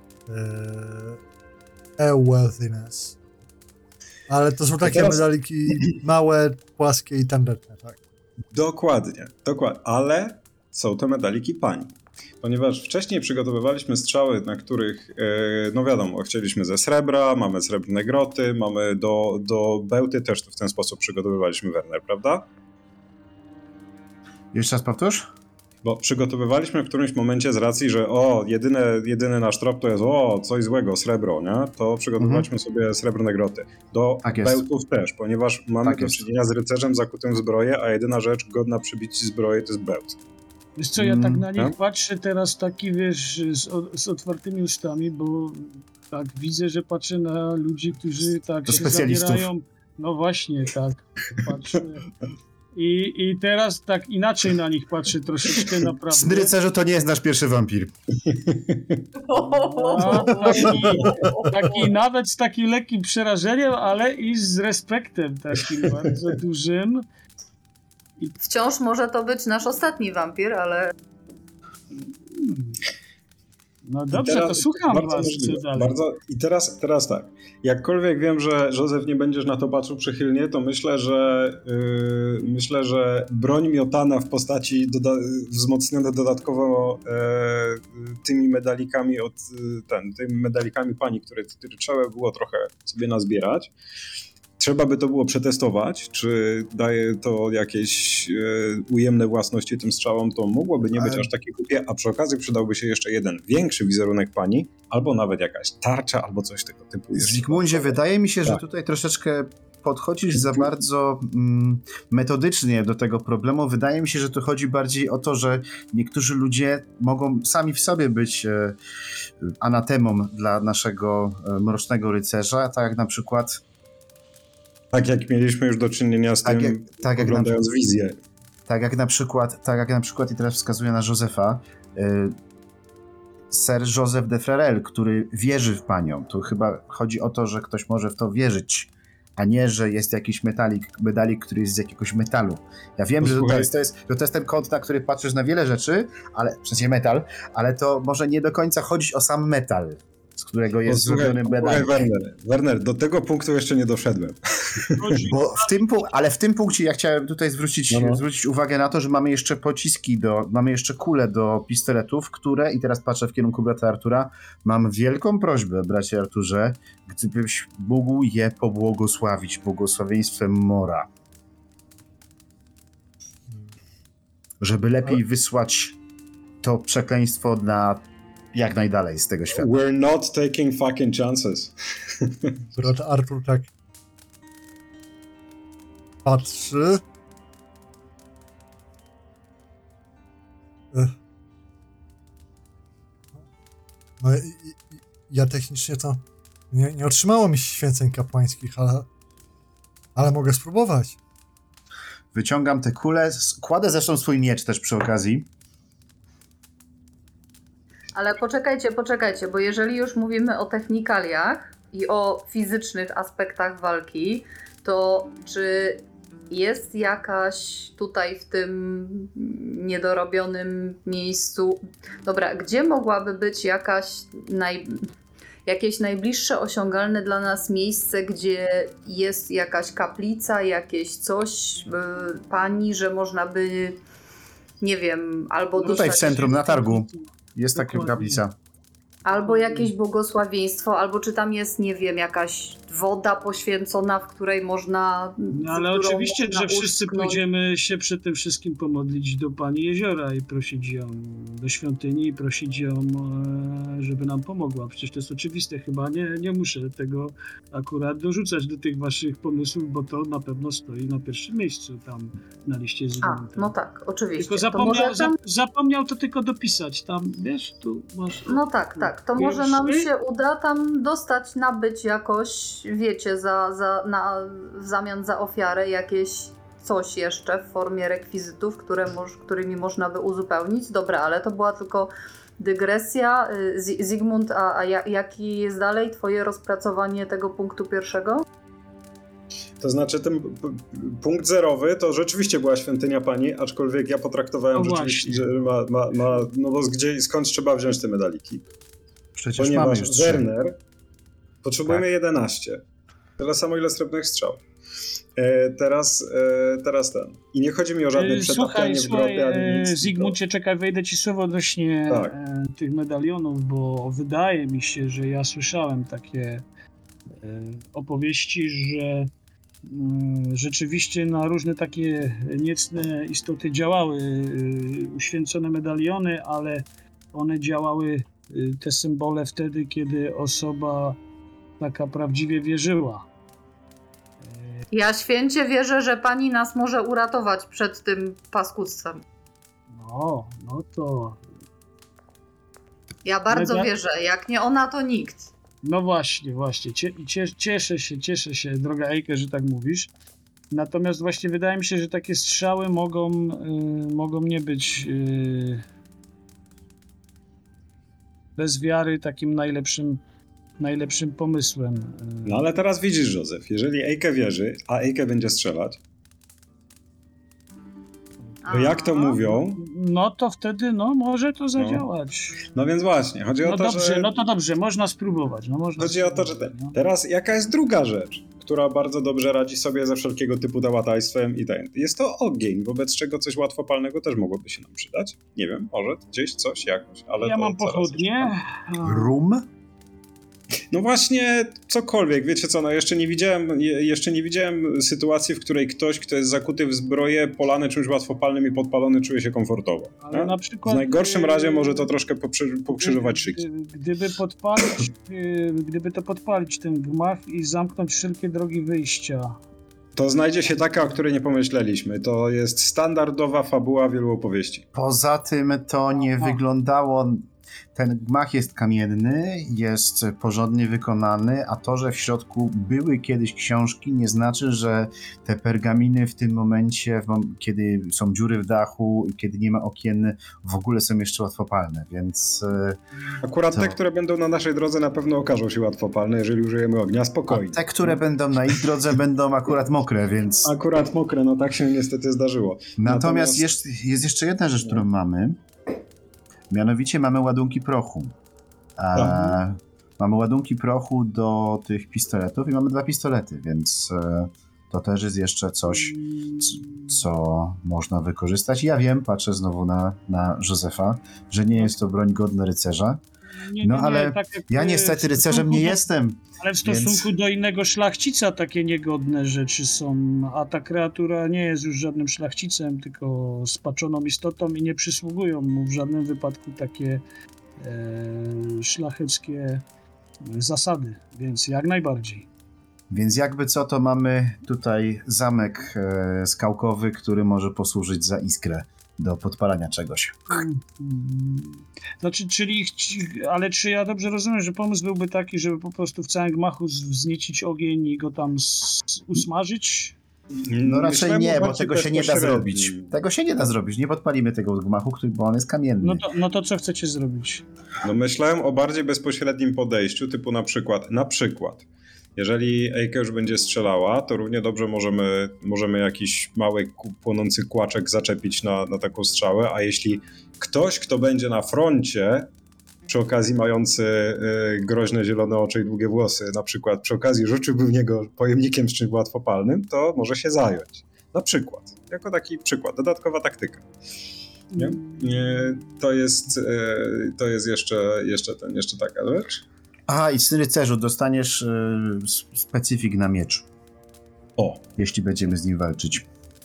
e-worthiness. Ale to są takie teraz- medaliki małe, płaskie i tandetne, tak? Dokładnie. Ale są to medaliki pań. Ponieważ wcześniej przygotowywaliśmy strzały, na których, no wiadomo, chcieliśmy ze srebra, mamy srebrne groty, mamy do bełty też w ten sposób przygotowywaliśmy Werner, prawda? Jeszcze raz powtórz? Bo przygotowywaliśmy w którymś momencie z racji, że jedyny nasz trop to jest coś złego, srebro, nie? To przygotowaliśmy sobie srebrne groty. Do Tak jest. bełtów też, ponieważ mamy Tak do jest. czynienia z rycerzem zakutym w zbroję, a jedyna rzecz godna przybić zbroję to jest bełt. Wiesz co, ja tak na nich no. patrzę teraz taki, wiesz, z otwartymi ustami, bo tak widzę, że patrzę na ludzi, którzy tak Do się specjalistów. zabierają. No właśnie, tak, patrzę. I teraz tak inaczej na nich patrzę troszeczkę Sny naprawdę. rycerzu to nie jest nasz pierwszy wampir. A, taki nawet z takim lekkim przerażeniem, ale i z respektem takim bardzo dużym. Wciąż może to być nasz ostatni wampir, ale No dobrze, to słucham bardzo was, możliwe, co dalej. I teraz tak. Jakkolwiek wiem, że Józef nie będziesz na to patrzył przychylnie, to myślę, że broń miotana w postaci wzmocniona dodatkowo tymi medalikami tymi medalikami pani, które trzeba było trochę sobie nazbierać. Trzeba by to było przetestować, czy daje to jakieś ujemne własności tym strzałom, to mogłoby nie być aż takie głupie, a przy okazji przydałby się jeszcze jeden większy wizerunek pani, albo nawet jakaś tarcza, albo coś tego typu. Zygmundzie, wydaje mi się, że Tak. tutaj troszeczkę podchodzisz za bardzo metodycznie do tego problemu. Wydaje mi się, że tu chodzi bardziej o to, że niektórzy ludzie mogą sami w sobie być anatemą dla naszego mrocznego rycerza, tak jak na przykład Tak jak mieliśmy już do czynienia z tym, oglądając wizję. Tak jak na przykład i teraz wskazuję na Józefa, Sir Joseph de Frerel, który wierzy w panią. Tu chyba chodzi o to, że ktoś może w to wierzyć, a nie, że jest jakiś medalik, który jest z jakiegoś metalu. Ja wiem, że to jest ten kąt, na który patrzysz na wiele rzeczy, ale w sensie metal, ale to może nie do końca chodzić o sam metal, z którego jest zrobiony medalik. Werner, do tego punktu jeszcze nie doszedłem. Bo w tym punkcie ja chciałem tutaj zwrócić uwagę na to, że mamy jeszcze mamy jeszcze kule do pistoletów, które, i teraz patrzę w kierunku brata Artura, mam wielką prośbę, bracie Arturze, gdybyś mógł je pobłogosławić błogosławieństwem Mora. Żeby lepiej wysłać to przekleństwo na jak najdalej z tego świata. We're not taking fucking chances. Brat Artur tak patrzy. No ja technicznie to nie otrzymało mi święceń kapłańskich, ale mogę spróbować. Wyciągam te kule, kładę zresztą swój miecz też przy okazji. Ale poczekajcie, bo jeżeli już mówimy o technikaliach i o fizycznych aspektach walki, to czy jest jakaś tutaj w tym niedorobionym miejscu... Dobra, gdzie mogłaby być jakieś najbliższe osiągalne dla nas miejsce, gdzie jest jakaś kaplica, jakieś coś, pani, że można by, nie wiem, albo Tutaj w centrum, na targu, jest taka Dokładnie. kaplica. albo jakieś błogosławieństwo, albo czy tam jest, nie wiem, jakaś woda poświęcona, w której można... No, ale oczywiście, że wszyscy pójdziemy się przed tym wszystkim pomodlić do Pani Jeziora i prosić ją, do świątyni i prosić ją, żeby nam pomogła. Przecież to jest oczywiste, chyba nie muszę tego akurat dorzucać do tych waszych pomysłów, bo to na pewno stoi na pierwszym miejscu tam na liście Zygmunta. no tak, oczywiście. Tylko zapomniał to tylko dopisać tam, wiesz, tu masz... No tak, to może nam się uda tam dostać, nabyć jakoś, wiecie, w zamian za ofiarę jakieś coś jeszcze w formie rekwizytów, którymi można by uzupełnić. Dobra, ale to była tylko dygresja. Zygmunt, a jaki jest dalej twoje rozpracowanie tego punktu pierwszego? To znaczy punkt zerowy to rzeczywiście była świątynia pani, aczkolwiek ja potraktowałem No rzeczywiście, właśnie. że no bo skąd trzeba wziąć te medaliki? Przecież mamy Ponieważ już 3. Werner potrzebujemy Tak. 11. Tyle samo ile srebrnych strzał. Teraz ten. I nie chodzi mi o żadne przetapianie w grobie, ani nic. Zygmuncie, czekaj, wejdę ci słowo odnośnie Tak. tych medalionów, bo wydaje mi się, że ja słyszałem takie opowieści, że rzeczywiście na różne takie niecne istoty działały uświęcone medaliony, ale one działały, te symbole, wtedy, kiedy osoba taka prawdziwie wierzyła. Ja święcie wierzę, że pani nas może uratować przed tym paskudztwem. No to... Ja bardzo Meda- wierzę. Jak nie ona, to nikt. No właśnie. Cieszę się, droga Ejke, że tak mówisz. Natomiast właśnie wydaje mi się, że takie strzały mogą nie być bez wiary takim najlepszym pomysłem. No ale teraz widzisz, Józef, jeżeli Ejke wierzy, a Ejke będzie strzelać, to jak to mówią, No to wtedy może to zadziałać. no więc właśnie, chodzi o No to, dobrze, że... no to dobrze, można spróbować. No można Chodzi o to, że spróbować, no. teraz jaka jest druga rzecz, która bardzo dobrze radzi sobie ze wszelkiego typu dałatajstwem i ten. Jest to ogień, wobec czego coś łatwopalnego też mogłoby się nam przydać. Nie wiem, może gdzieś coś jakoś, ale Ja to mam zaraz pochodnie. jeszcze- Rum? No właśnie, cokolwiek, wiecie co, no jeszcze nie widziałem sytuacji, w której ktoś, kto jest zakuty w zbroję, polany czymś łatwopalnym i podpalony, czuje się komfortowo. Ale nie? na przykład, W najgorszym razie może to troszkę pokrzyżować szyki. Gdyby to podpalić ten gmach i zamknąć wszelkie drogi wyjścia. To znajdzie się taka, o której nie pomyśleliśmy. To jest standardowa fabuła wielu opowieści. Poza tym to nie Aha. wyglądało... Ten gmach jest kamienny, jest porządnie wykonany, a to, że w środku były kiedyś książki, nie znaczy, że te pergaminy w tym momencie, kiedy są dziury w dachu, kiedy nie ma okien, w ogóle są jeszcze łatwopalne, więc... Akurat To- te, które będą na naszej drodze, na pewno okażą się łatwopalne, jeżeli użyjemy ognia. A Spokojnie. te, które będą na ich drodze, będą akurat mokre, więc... Akurat mokre, no tak się niestety zdarzyło. Natomiast jest jeszcze jedna rzecz, którą mamy. Mianowicie mamy ładunki prochu. Mamy ładunki prochu do tych pistoletów i mamy 2 pistolety, więc to też jest jeszcze coś, co można wykorzystać. Ja wiem, patrzę znowu na Józefa, że nie jest to broń godna rycerza. Nie, Ale tak jak, ja niestety w rycerzem stosunku nie do- jestem. Ale w stosunku Więc- do innego szlachcica takie niegodne rzeczy są, a ta kreatura nie jest już żadnym szlachcicem, tylko spaczoną istotą i nie przysługują mu w żadnym wypadku takie szlacheckie zasady, więc jak najbardziej. Więc jakby co, to mamy tutaj zamek skałkowy, który może posłużyć za iskrę do podpalania czegoś. Znaczy, ale czy ja dobrze rozumiem, że pomysł byłby taki, żeby po prostu w całym gmachu wzniecić ogień i go tam usmażyć? No raczej Myślałem nie, o bo bardziej tego się nie da bezpośrednim. zrobić. Tego się nie da zrobić. Nie podpalimy tego gmachu, bo on jest kamienny. No to co chcecie zrobić? No myślałem o bardziej bezpośrednim podejściu, typu na przykład, jeżeli Ejke już będzie strzelała, to równie dobrze możemy jakiś mały płonący kłaczek zaczepić na taką strzałę, a jeśli ktoś, kto będzie na froncie, przy okazji mający groźne zielone oczy i długie włosy, na przykład przy okazji rzuciłby w niego pojemnikiem z czymś łatwopalnym, to może się zająć. Na przykład. Jako taki przykład. Dodatkowa taktyka. Nie? To jest jeszcze taka rzecz. Aha, i rycerzu, dostaniesz specyfik na miecz, O, jeśli będziemy z nim walczyć.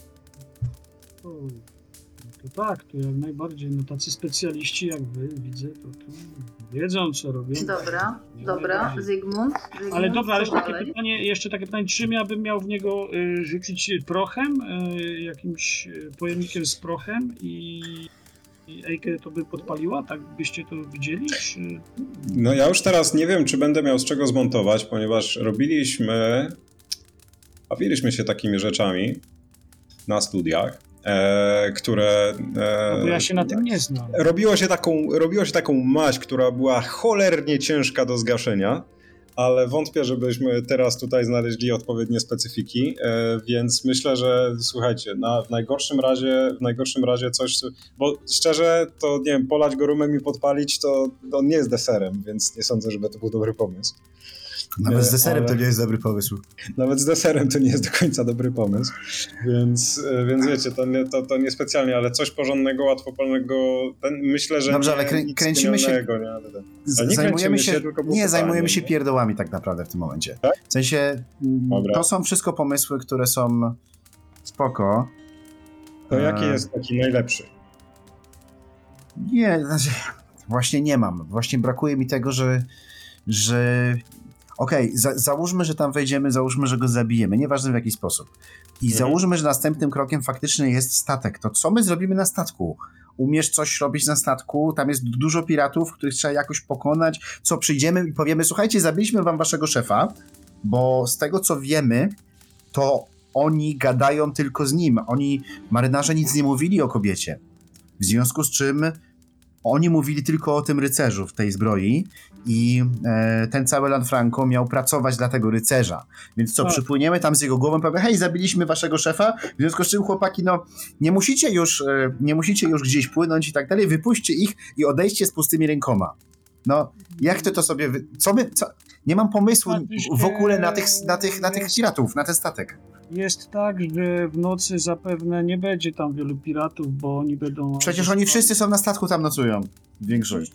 To tak, to jak najbardziej. No tacy specjaliści jak wy, widzę, to wiedzą, co robią. Dobra, Zygmunt. Ale dobra, ale co dalej? jeszcze takie pytanie, czym ja bym miał w niego rzucić prochem, jakimś pojemnikiem z prochem i Ejkę to by podpaliła? Tak byście to widzieli? Czy... no ja już teraz nie wiem, czy będę miał z czego zmontować, ponieważ bawiliśmy się takimi rzeczami na studiach, które... No bo ja się na tym nie znam. Robiło się taką maź, która była cholernie ciężka do zgaszenia, ale wątpię, żebyśmy teraz tutaj znaleźli odpowiednie specyfiki, więc myślę, że słuchajcie, w najgorszym razie coś, bo szczerze to nie wiem, polać go rumem i podpalić, to on nie jest deserem, więc nie sądzę, żeby to był dobry pomysł. Nawet z deserem Ale- to nie jest dobry pomysł. Nawet z deserem to nie jest do końca dobry pomysł, więc wiecie, to niespecjalnie, ale coś porządnego, łatwopalnego, myślę, że Dobrze, nie, ale nic kręcimy się- genialnego, nie, ale nie Zajmujemy kręcimy się, tylko było nie, zajmujemy pytanie, się nie? pierdołami tak naprawdę w tym momencie. Tak? W sensie, Dobra. to są wszystko pomysły, które są spoko. To jaki jest taki najlepszy? Nie, znaczy, właśnie nie mam. Właśnie brakuje mi tego, że okej, załóżmy, że tam wejdziemy, załóżmy, że go zabijemy, nieważne w jaki sposób. I załóżmy, że następnym krokiem faktycznie jest statek. To co my zrobimy na statku? Umiesz coś robić na statku? Tam jest dużo piratów, których trzeba jakoś pokonać. Co, przyjdziemy i powiemy, słuchajcie, zabiliśmy wam waszego szefa, bo z tego co wiemy, to oni gadają tylko z nim. Marynarze nic nie mówili o kobiecie. W związku z czym oni mówili tylko o tym rycerzu w tej zbroi i ten cały Lanfranco miał pracować dla tego rycerza. Więc co, Tak. przypłyniemy tam z jego głową, powiemy, hej, zabiliśmy waszego szefa, w związku z czym chłopaki, no nie musicie już gdzieś płynąć i tak dalej, wypuśćcie ich i odejdźcie z pustymi rękoma. No, jak ty to sobie... Nie mam pomysłu w ogóle na tych piratów, na ten statek. Jest tak, że w nocy zapewne nie będzie tam wielu piratów, bo oni będą... Przecież oni wszyscy są na statku, tam nocują. Większość.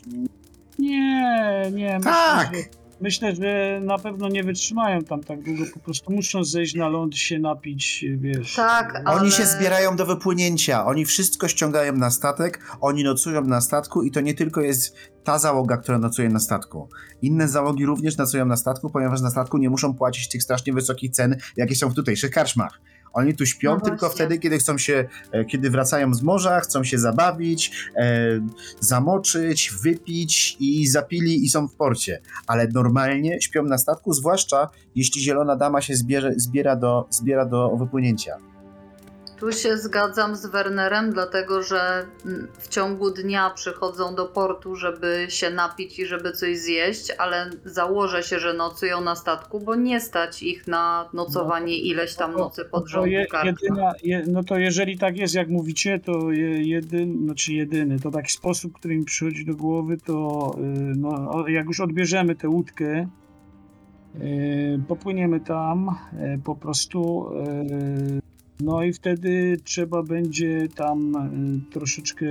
Nie, Tak! Myślę, że na pewno nie wytrzymają tam tak długo, po prostu muszą zejść na ląd, się napić, wiesz. Tak, ale... Oni się zbierają do wypłynięcia, oni wszystko ściągają na statek, oni nocują na statku i to nie tylko jest ta załoga, która nocuje na statku. Inne załogi również nocują na statku, ponieważ na statku nie muszą płacić tych strasznie wysokich cen, jakie są w tutejszych karczmach. Oni tu śpią No tylko właśnie. wtedy, kiedy wracają z morza, chcą się zabawić, zamoczyć, wypić i zapili i są w porcie. Ale normalnie śpią na statku, zwłaszcza jeśli zielona dama się zbiera do wypłynięcia. Tu się zgadzam z Wernerem, dlatego że w ciągu dnia przychodzą do portu, żeby się napić i żeby coś zjeść, ale założę się, że nocują na statku, bo nie stać ich na nocowanie ileś tam nocy pod rząd w karczmach. No to jeżeli tak jest, jak mówicie, to jedyny, to taki sposób, który mi przychodzi do głowy, to jak już odbierzemy tę łódkę, popłyniemy tam po prostu, no i wtedy trzeba będzie tam troszeczkę,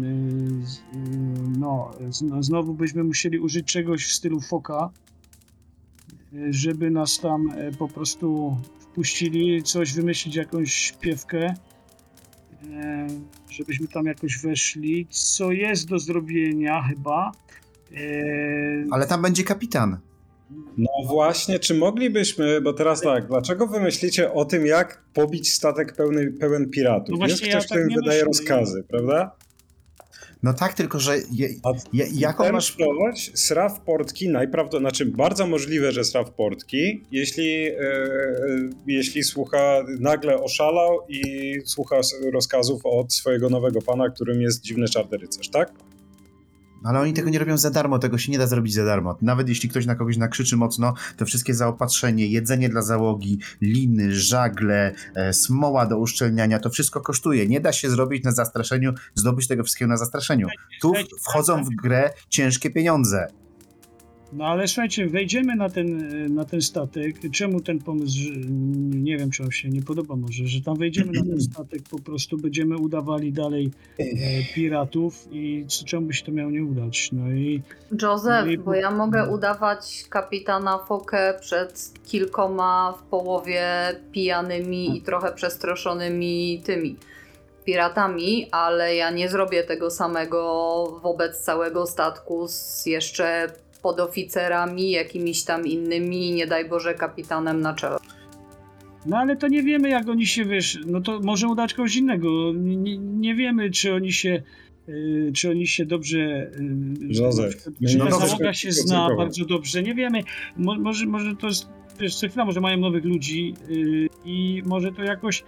znowu byśmy musieli użyć czegoś w stylu foka, żeby nas tam po prostu wpuścili, coś wymyślić, jakąś śpiewkę, żebyśmy tam jakoś weszli, co jest do zrobienia chyba. Ale tam będzie kapitan. No właśnie, czy moglibyśmy, bo teraz tak, dlaczego wy myślicie o tym, jak pobić statek pełen piratów? No właśnie, Jest ktoś, ja kto tak im nie wydaje myślę. rozkazy, prawda? No tak, tylko że jaką Ten masz... ktoś sraw portki, bardzo możliwe, że sraw portki, jeśli słucha, nagle oszalał i słucha rozkazów od swojego nowego pana, którym jest dziwny czarny rycerz, tak? Ale oni tego nie robią za darmo, tego się nie da zrobić za darmo. Nawet jeśli ktoś na kogoś nakrzyczy mocno, to wszystkie zaopatrzenie, jedzenie dla załogi, liny, żagle, smoła do uszczelniania, to wszystko kosztuje. Nie da się zrobić na zastraszeniu, zdobyć tego wszystkiego na zastraszeniu. Tu wchodzą w grę ciężkie pieniądze. No ale słuchajcie, wejdziemy na ten statek. Czemu ten pomysł, nie wiem, czy on się nie podoba może, że tam wejdziemy na ten statek, po prostu będziemy udawali dalej piratów i czemu by się to miało nie udać? Józef, No i- bo ja mogę udawać kapitana Fokę przed kilkoma w połowie pijanymi i trochę przestraszonymi tymi piratami, ale ja nie zrobię tego samego wobec całego statku z jeszcze podoficerami, jakimiś tam innymi, nie daj Boże, kapitanem na czele. No ale to nie wiemy, jak oni się, no to może udać kogoś innego. Nie wiemy, czy oni się dobrze... Józef, czy no ta dobrze, załoga się zna bardzo dobrze. Nie wiemy. Może to jest... Co chwila, może mają nowych ludzi i może to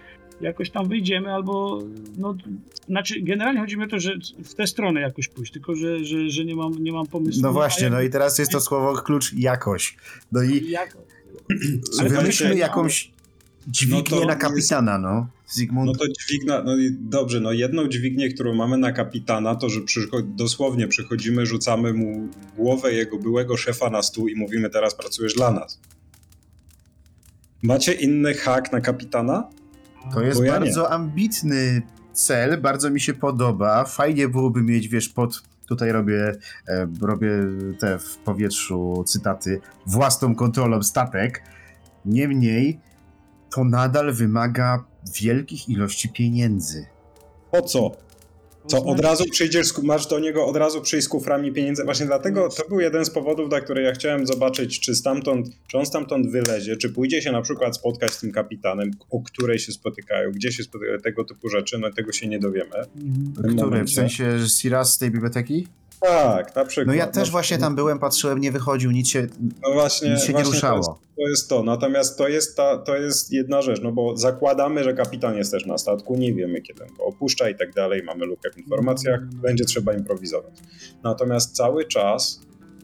jakoś tam wyjdziemy, albo no, znaczy generalnie chodzi mi o to, że w tę stronę jakoś pójść, tylko że nie mam pomysłu. No właśnie, no i teraz jest to słowo klucz jakoś. No i Ale wymyślmy to- jakąś dźwignię no to na kapitana, no. Zygmunt. No to dźwigna, no i dobrze, no jedną dźwignię, którą mamy na kapitana, to że dosłownie przychodzimy, rzucamy mu głowę jego byłego szefa na stół i mówimy, teraz pracujesz dla nas. Macie inny hak na kapitana? To jest Bo ja bardzo ambitny cel, bardzo mi się podoba. Fajnie byłoby mieć, wiesz, tutaj robię te w powietrzu cytaty, własną kontrolą statek. Niemniej to nadal wymaga wielkich ilości pieniędzy. Po co? Co, od razu przyjdziesz, masz do niego od razu przyjść z kuframi pieniędzy? Właśnie dlatego to był jeden z powodów, dla których ja chciałem zobaczyć, czy on stamtąd wylezie, czy pójdzie się na przykład spotkać z tym kapitanem, o której się spotykają, gdzie się spotykają, tego typu rzeczy, no tego się nie dowiemy. W tym Który? W momencie. sensie Siras z tej biblioteki? Tak, na przykład. No ja też właśnie tam byłem, patrzyłem, nie wychodził, nic się nie ruszało. To jest to. Natomiast to jest jedna rzecz, no bo zakładamy, że kapitan jest też na statku, nie wiemy kiedy on go opuszcza i tak dalej, mamy lukę w informacjach, będzie trzeba improwizować. Natomiast cały czas,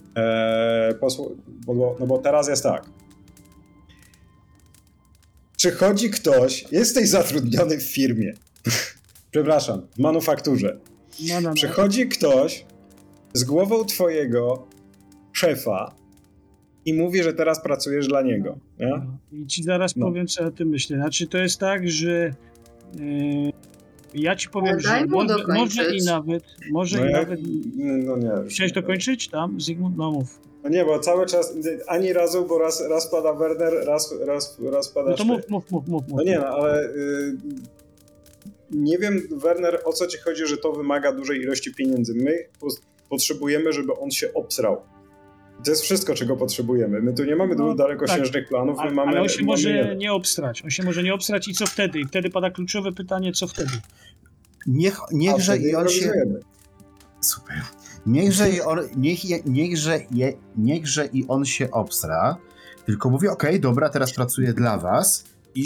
no bo teraz jest tak. Przychodzi ktoś, jesteś zatrudniony w firmie, przepraszam, w manufakturze. No. Przychodzi ktoś z głową twojego szefa i mówi, że teraz pracujesz dla niego. Nie? I ci zaraz No. powiem, co o tym myślę. Znaczy, to jest tak, że ja ci powiem, Ale daj że mu może dokończyć. i nawet, No nie. Chciałeś dokończyć tam, Zygmunt? No mów. No nie, bo cały czas, ani razu, bo raz pada Werner, raz pada No to mów. No nie, no ale nie wiem, Werner, o co ci chodzi, że to wymaga dużej ilości pieniędzy. My potrzebujemy, żeby on się obsrał. To jest wszystko, czego potrzebujemy. My tu nie mamy dalekosiężnych planów, my mamy... Ale on się mamy może jeden. nie obstrać. On się może nie obstrać i co wtedy? I wtedy pada kluczowe pytanie, co wtedy? Niechże wtedy i on się... improwizujemy. Super. Niechże i on się obstra, tylko mówi, okej, dobra, teraz pracuję dla was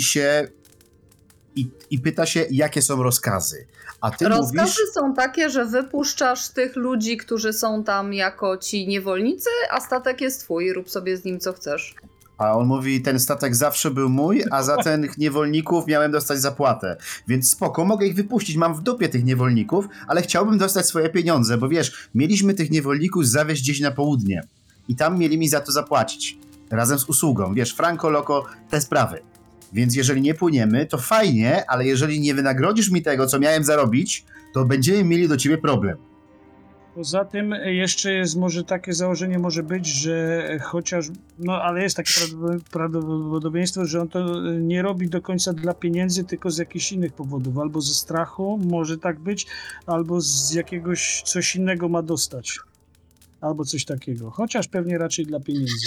i pyta się, jakie są rozkazy. A ty Rozkazy mówisz... są takie, że wypuszczasz tych ludzi, którzy są tam jako ci niewolnicy, a statek jest twój, rób sobie z nim co chcesz. A on mówi, ten statek zawsze był mój, a za tych niewolników miałem dostać zapłatę. Więc spoko, mogę ich wypuścić, mam w dupie tych niewolników, ale chciałbym dostać swoje pieniądze, bo wiesz, mieliśmy tych niewolników zawieźć gdzieś na południe i tam mieli mi za to zapłacić. Razem z usługą, wiesz, franco, loco, te sprawy. Więc jeżeli nie płyniemy, to fajnie, ale jeżeli nie wynagrodzisz mi tego, co miałem zarobić, to będziemy mieli do ciebie problem. Poza tym jeszcze jest może takie założenie może być, że chociaż, no ale jest takie prawdopodobieństwo, że on to nie robi do końca dla pieniędzy, tylko z jakichś innych powodów, albo ze strachu, może tak być, albo z jakiegoś coś innego ma dostać, albo coś takiego, chociaż pewnie raczej dla pieniędzy.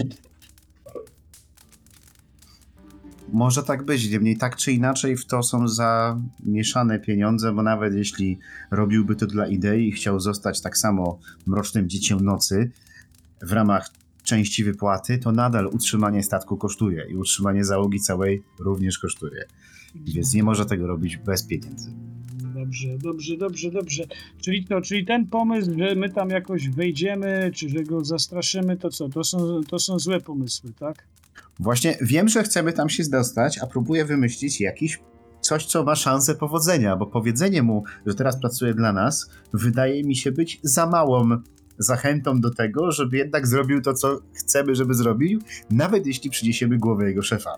Może tak być, niemniej tak czy inaczej w to są zamieszane pieniądze, bo nawet jeśli robiłby to dla idei i chciał zostać tak samo mrocznym dzieciem nocy w ramach części wypłaty, to nadal utrzymanie statku kosztuje i utrzymanie załogi całej również kosztuje. Więc nie może tego robić bez pieniędzy. Dobrze. Czyli ten pomysł, że my tam jakoś wejdziemy, czy że go zastraszymy, to co? To są złe pomysły, tak? Właśnie wiem, że chcemy tam się dostać, a próbuję wymyślić coś, co ma szansę powodzenia, bo powiedzenie mu, że teraz pracuje dla nas, wydaje mi się być za małą zachętą do tego, żeby jednak zrobił to, co chcemy, żeby zrobił, nawet jeśli przyniesiemy głowę jego szefa.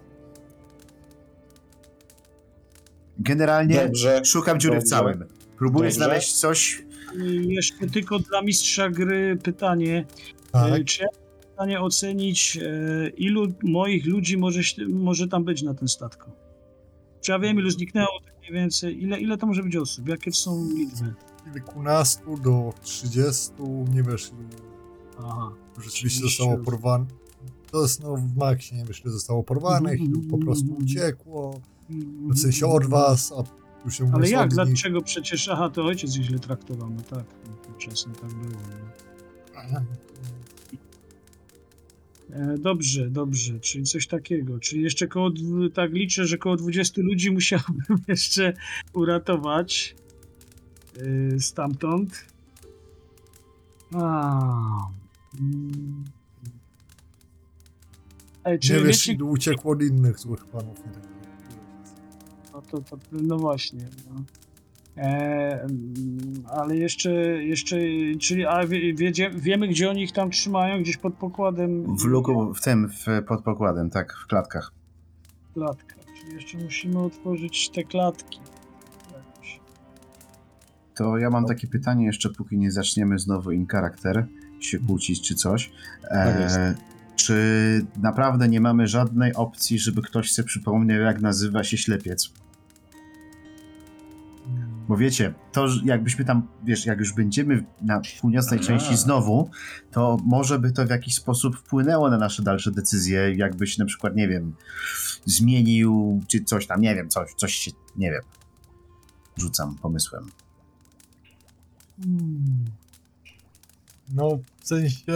Generalnie szukam dziury w całym. Próbuję znaleźć coś... I jeszcze tylko dla mistrza gry pytanie. Tak. Czy ja jestem w stanie ocenić, ilu moich ludzi może tam być na tym statku? Czy ja wiem, ilu zniknęło, tak mniej więcej? Ile to może być osób? Jakie są liczby? Kilkunastu do 30, nie wiesz, Aha. rzeczywiście zostało porwane. To jest w maksie, nie wiesz, ile zostało porwanych, ilu po prostu uciekło, w sensie od was, a już się Ale jak? od nich. Dlaczego przecież? Aha, to ojciec ich źle traktował, no tak. No, czasem tak było. No. Dobrze, czyli coś takiego. Czyli jeszcze tak liczę, że koło 20 ludzi musiałbym jeszcze uratować stamtąd. Czy Nie wiesz, wiecie, ilu uciekło od innych złych panów. Nie tak. no właśnie. No. Ale jeszcze, czyli wiemy, gdzie oni ich tam trzymają, gdzieś pod pokładem. W luku, pod pokładem, tak, w klatkach. Klatka, czyli jeszcze musimy otworzyć te klatki. Jakoś. To ja mam takie pytanie jeszcze, póki nie zaczniemy znowu in charakter się kłócić czy coś. Tak jest. Czy naprawdę nie mamy żadnej opcji, żeby ktoś sobie przypomniał, jak nazywa się ślepiec? Bo wiecie, to jakbyśmy tam, wiesz, jak już będziemy na północnej części znowu, to może by to w jakiś sposób wpłynęło na nasze dalsze decyzje, jakbyś na przykład, nie wiem, zmienił, czy coś tam, nie wiem, coś się, nie wiem, rzucam pomysłem. No, w sensie...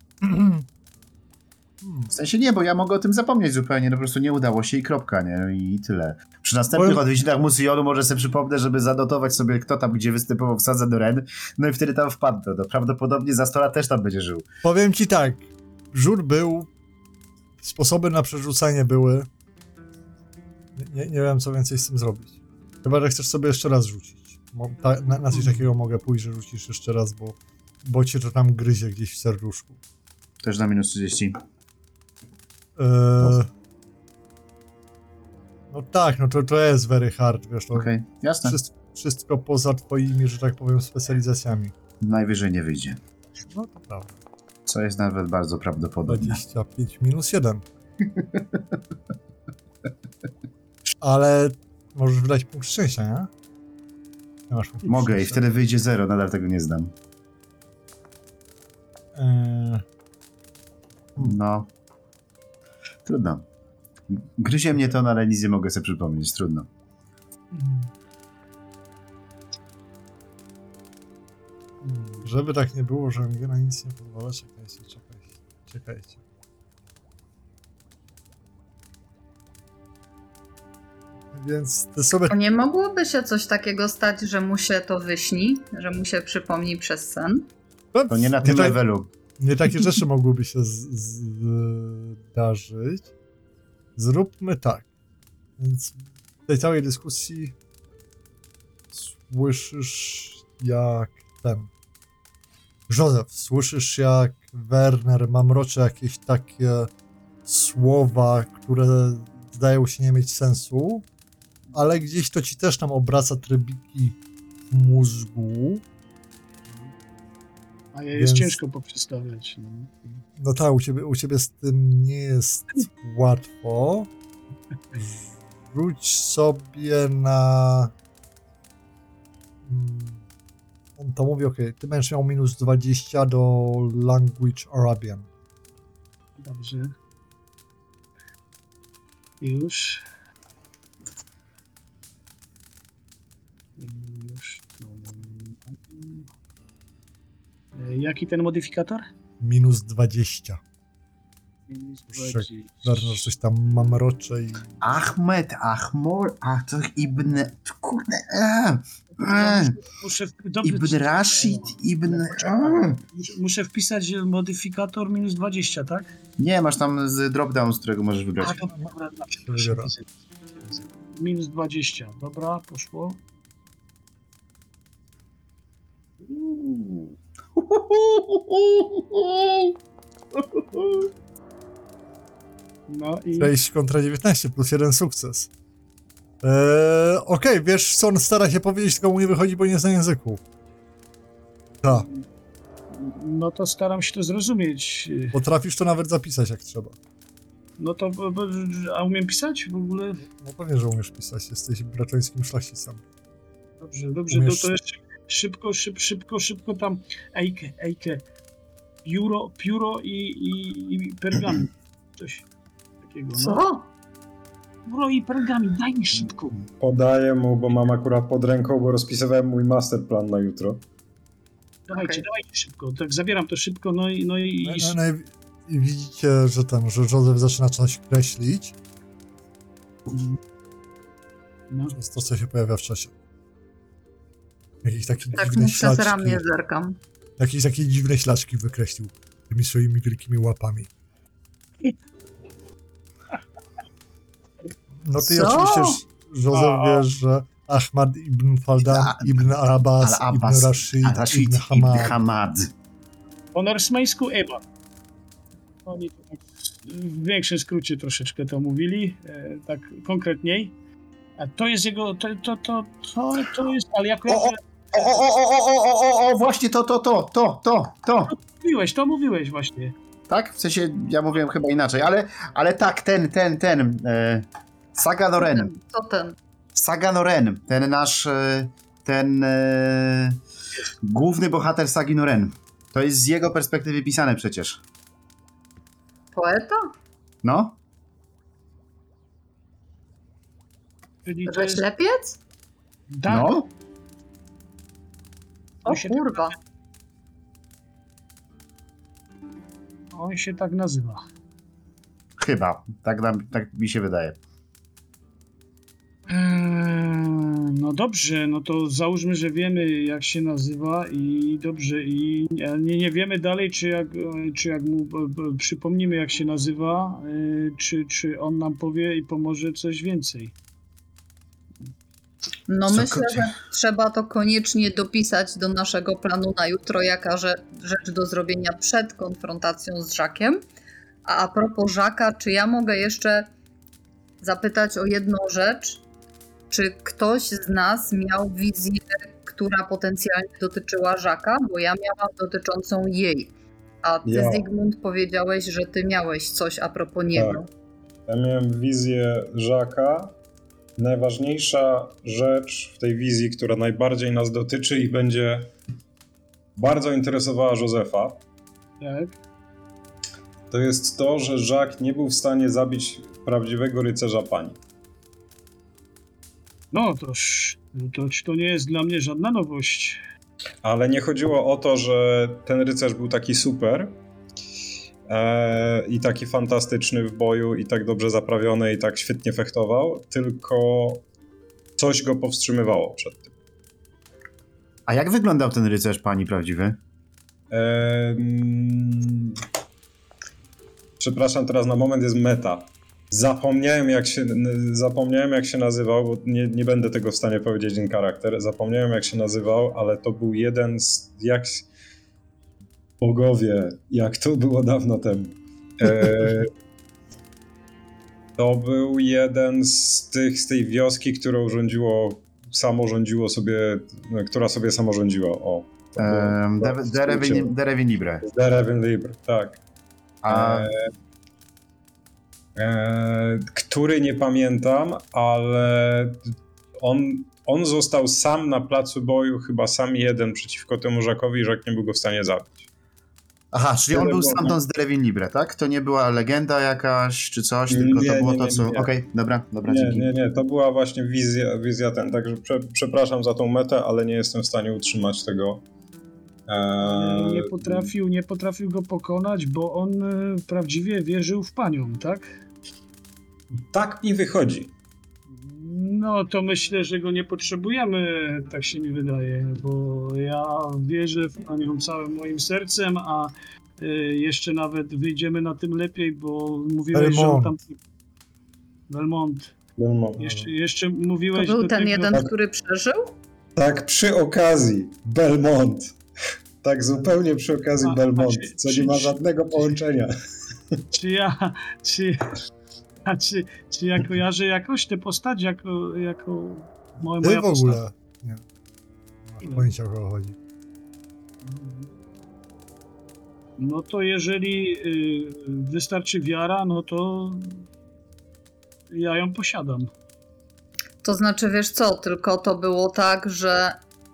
W sensie nie, bo ja mogę o tym zapomnieć zupełnie, no po prostu nie udało się i kropka, nie? I tyle. Przy następnych odwiedzinach Musyjonu może sobie przypomnę, żeby zanotować sobie, kto tam gdzie występował w Sadze do Ren, no i wtedy tam wpadnę. No, prawdopodobnie za 100 lat też tam będzie żył. Powiem ci tak, żur był, sposoby na przerzucanie były. Nie wiem, co więcej z tym zrobić. Chyba, że chcesz sobie jeszcze raz rzucić. Na coś takiego mogę pójść, że rzucisz jeszcze raz, bo cię to tam gryzie gdzieś w serduszku. Też na minus 30. No tak, no to jest very hard, wiesz, to Okej, jasne. wszystko poza twoimi, że tak powiem, specjalizacjami. Najwyżej nie wyjdzie. No to prawda. Co jest nawet bardzo prawdopodobne. 25 minus 1. Ale możesz wydać punkt szczęścia, nie? Nie masz punktu Mogę i szczęścia. wtedy wyjdzie 0, nadal tego nie zdam. No. Trudno. Gryzie mnie to, no, ale nic nie mogę sobie przypomnieć. Trudno. Żeby tak nie było, że MG na nic nie pozwala, czekajcie. Więc ty sobie... Nie mogłoby się coś takiego stać, że mu się to wyśni, że mu się przypomni przez sen? To nie na tym levelu. Nie takie rzeczy mogłyby się zdarzyć. Zróbmy tak. Więc w tej całej dyskusji słyszysz jak Józef, słyszysz jak Werner mamrocze jakieś takie słowa, które zdają się nie mieć sensu, ale gdzieś to ci też tam obraca trybiki w mózgu. A jest ciężko poprzestawiać. No. No tak, u ciebie z tym nie jest łatwo. Rzuć sobie na... On to mówi, okej, ty będziesz miał minus 20 do Language Arabian. Dobrze. Już. Jaki ten modyfikator? Minus 20. Minus Werner coś tam mamrocze i... Ahmed, to Ibn... Kurde... Ibn Rashid, Muszę wpisać modyfikator minus 20, tak? Nie, masz tam z drop-down, z którego możesz wybrać. A, dobra. Minus 20, dobra, poszło. No i... 6 kontra 19 plus 1 sukces. Okej, wiesz co on stara się powiedzieć, tylko mu nie wychodzi, bo nie zna języku. Tak, No to staram się to zrozumieć. potrafisz to nawet zapisać jak trzeba. No to... A umiem pisać w ogóle? No pewnie, że umiesz pisać, jesteś braczońskim szlachcicem. Dobrze, Umiesz... to jeszcze szybko tam Ejkę. Pióro i pergamin. Coś takiego, no. Co? Pióro i pergamin, daj mi szybko. Podaję mu, bo mam akurat pod ręką, bo rozpisywałem mój masterplan na jutro. Dawajcie szybko. Tak, zabieram to szybko, no i i widzicie, że Józef zaczyna coś kreślić. No. To jest to, co się pojawia w czasie. Jakieś takie Tak dziwne mu przez ślaczki. ramię zerkam. Jakieś takie dziwne ślaczki wykreślił tymi swoimi wielkimi łapami. No ty Co? oczywiście, Józef, wiesz, że Ahmad ibn Faldan, ibn Abbas, ibn Rashid, ibn Hamad. Po norwegiańsku Eba. Oni to tak w większym skrócie troszeczkę to mówili, tak konkretniej. A to jest jego, to jest, ale jako... Właśnie to. To mówiłeś właśnie. Tak? W sensie, ja mówiłem chyba inaczej, ale tak, ten. Saga Noren. Co ten? Saga Noren, ten nasz, główny bohater Sagi Noren. To jest z jego perspektywy pisane przecież. Poeta? No? Czyli to Że jest... ślepiec? Tak, No? O się kurwa. on się tak nazywa. Chyba. Tak mi się wydaje. No dobrze, no to załóżmy, że wiemy jak się nazywa i dobrze, i nie wiemy dalej, czy jak mu przypomnimy jak się nazywa, czy on nam powie i pomoże coś więcej. No Co myślę, że trzeba to koniecznie dopisać do naszego planu na jutro, jaka rzecz do zrobienia przed konfrontacją z Żakiem. A propos Żaka, czy ja mogę jeszcze zapytać o jedną rzecz? Czy ktoś z nas miał wizję, która potencjalnie dotyczyła Żaka? Bo ja miałam dotyczącą jej. A ty, Ja. Zygmunt, powiedziałeś, że ty miałeś coś a propos niego. Ja miałem wizję Żaka. Najważniejsza rzecz w tej wizji, która najbardziej nas dotyczy i będzie bardzo interesowała Józefa, Tak? to jest to, że Jacques nie był w stanie zabić prawdziwego rycerza pani. No to nie jest dla mnie żadna nowość. Ale nie chodziło o to, że ten rycerz był taki super i taki fantastyczny w boju i tak dobrze zaprawiony i tak świetnie fechtował, tylko coś go powstrzymywało przed tym. A jak wyglądał ten rycerz pani prawdziwy? Przepraszam, teraz na moment jest meta. Zapomniałem jak się nazywał, bo nie będę tego w stanie powiedzieć in charakter. Zapomniałem jak się nazywał, ale to był jeden z... Bogowie, jak to było dawno temu. To był jeden z tej wioski, która sobie samorządziła. O. Derewin Libre. Derewin Libre, tak. A Który nie pamiętam, ale on został sam na placu boju, chyba sam jeden przeciwko temu Żakowi i Żak nie był go w stanie zabić. Aha, czyli on był stamtąd z Derewin Libre, tak? To nie była legenda jakaś czy coś, tylko to było to, co... Okej, dobra, dzięki. Nie, to była właśnie wizja także przepraszam za tą metę, ale nie jestem w stanie utrzymać tego. Nie potrafił go pokonać, bo on prawdziwie wierzył w panią, tak? Tak mi wychodzi. No to myślę, że go nie potrzebujemy, tak się mi wydaje, bo ja wierzę w panią całym moim sercem, a jeszcze nawet wyjdziemy na tym lepiej, bo mówiłeś, że on tam... Belmont. Jeszcze mówiłeś... To był do ten tego... jeden, który przeżył? Tak, przy okazji, Belmont. Tak zupełnie przy okazji Belmont, co nie ma żadnego połączenia. Czy ja kojarzę jakoś tę postać jako moja Ty w postać? ogóle nie masz pojęcia, o kogo chodzi. No to jeżeli wystarczy wiara, no to ja ją posiadam. To znaczy, wiesz co, tylko to było tak, że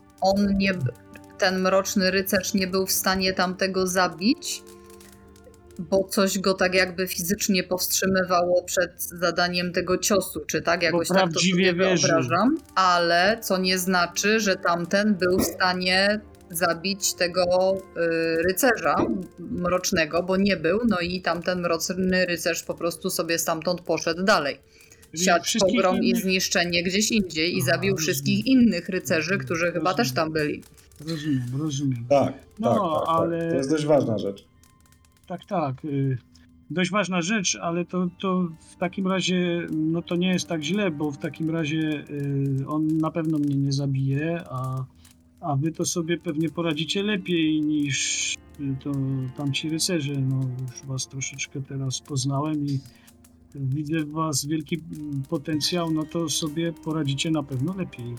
ten mroczny rycerz nie był w stanie tamtego zabić, bo coś go tak jakby fizycznie powstrzymywało przed zadaniem tego ciosu, czy tak? Jakoś tak to sobie wyobrażam. Ale co nie znaczy, że tamten był w stanie zabić tego rycerza mrocznego, bo nie był, no i tamten mroczny rycerz po prostu sobie stamtąd poszedł dalej. Czyli Siadł wszystkich pogrom i innych- zniszczenie gdzieś indziej i Aha, zabił wszystkich innych rycerzy, którzy chyba Rozumiem. też tam byli. Rozumiem. Tak, No, tak. ale- To jest dość ważna rzecz. Tak. Dość ważna rzecz, ale to w takim razie, no to nie jest tak źle, bo w takim razie on na pewno mnie nie zabije, a wy to sobie pewnie poradzicie lepiej niż to tamci rycerze. No już was troszeczkę teraz poznałem i widzę w was wielki potencjał, no to sobie poradzicie na pewno lepiej.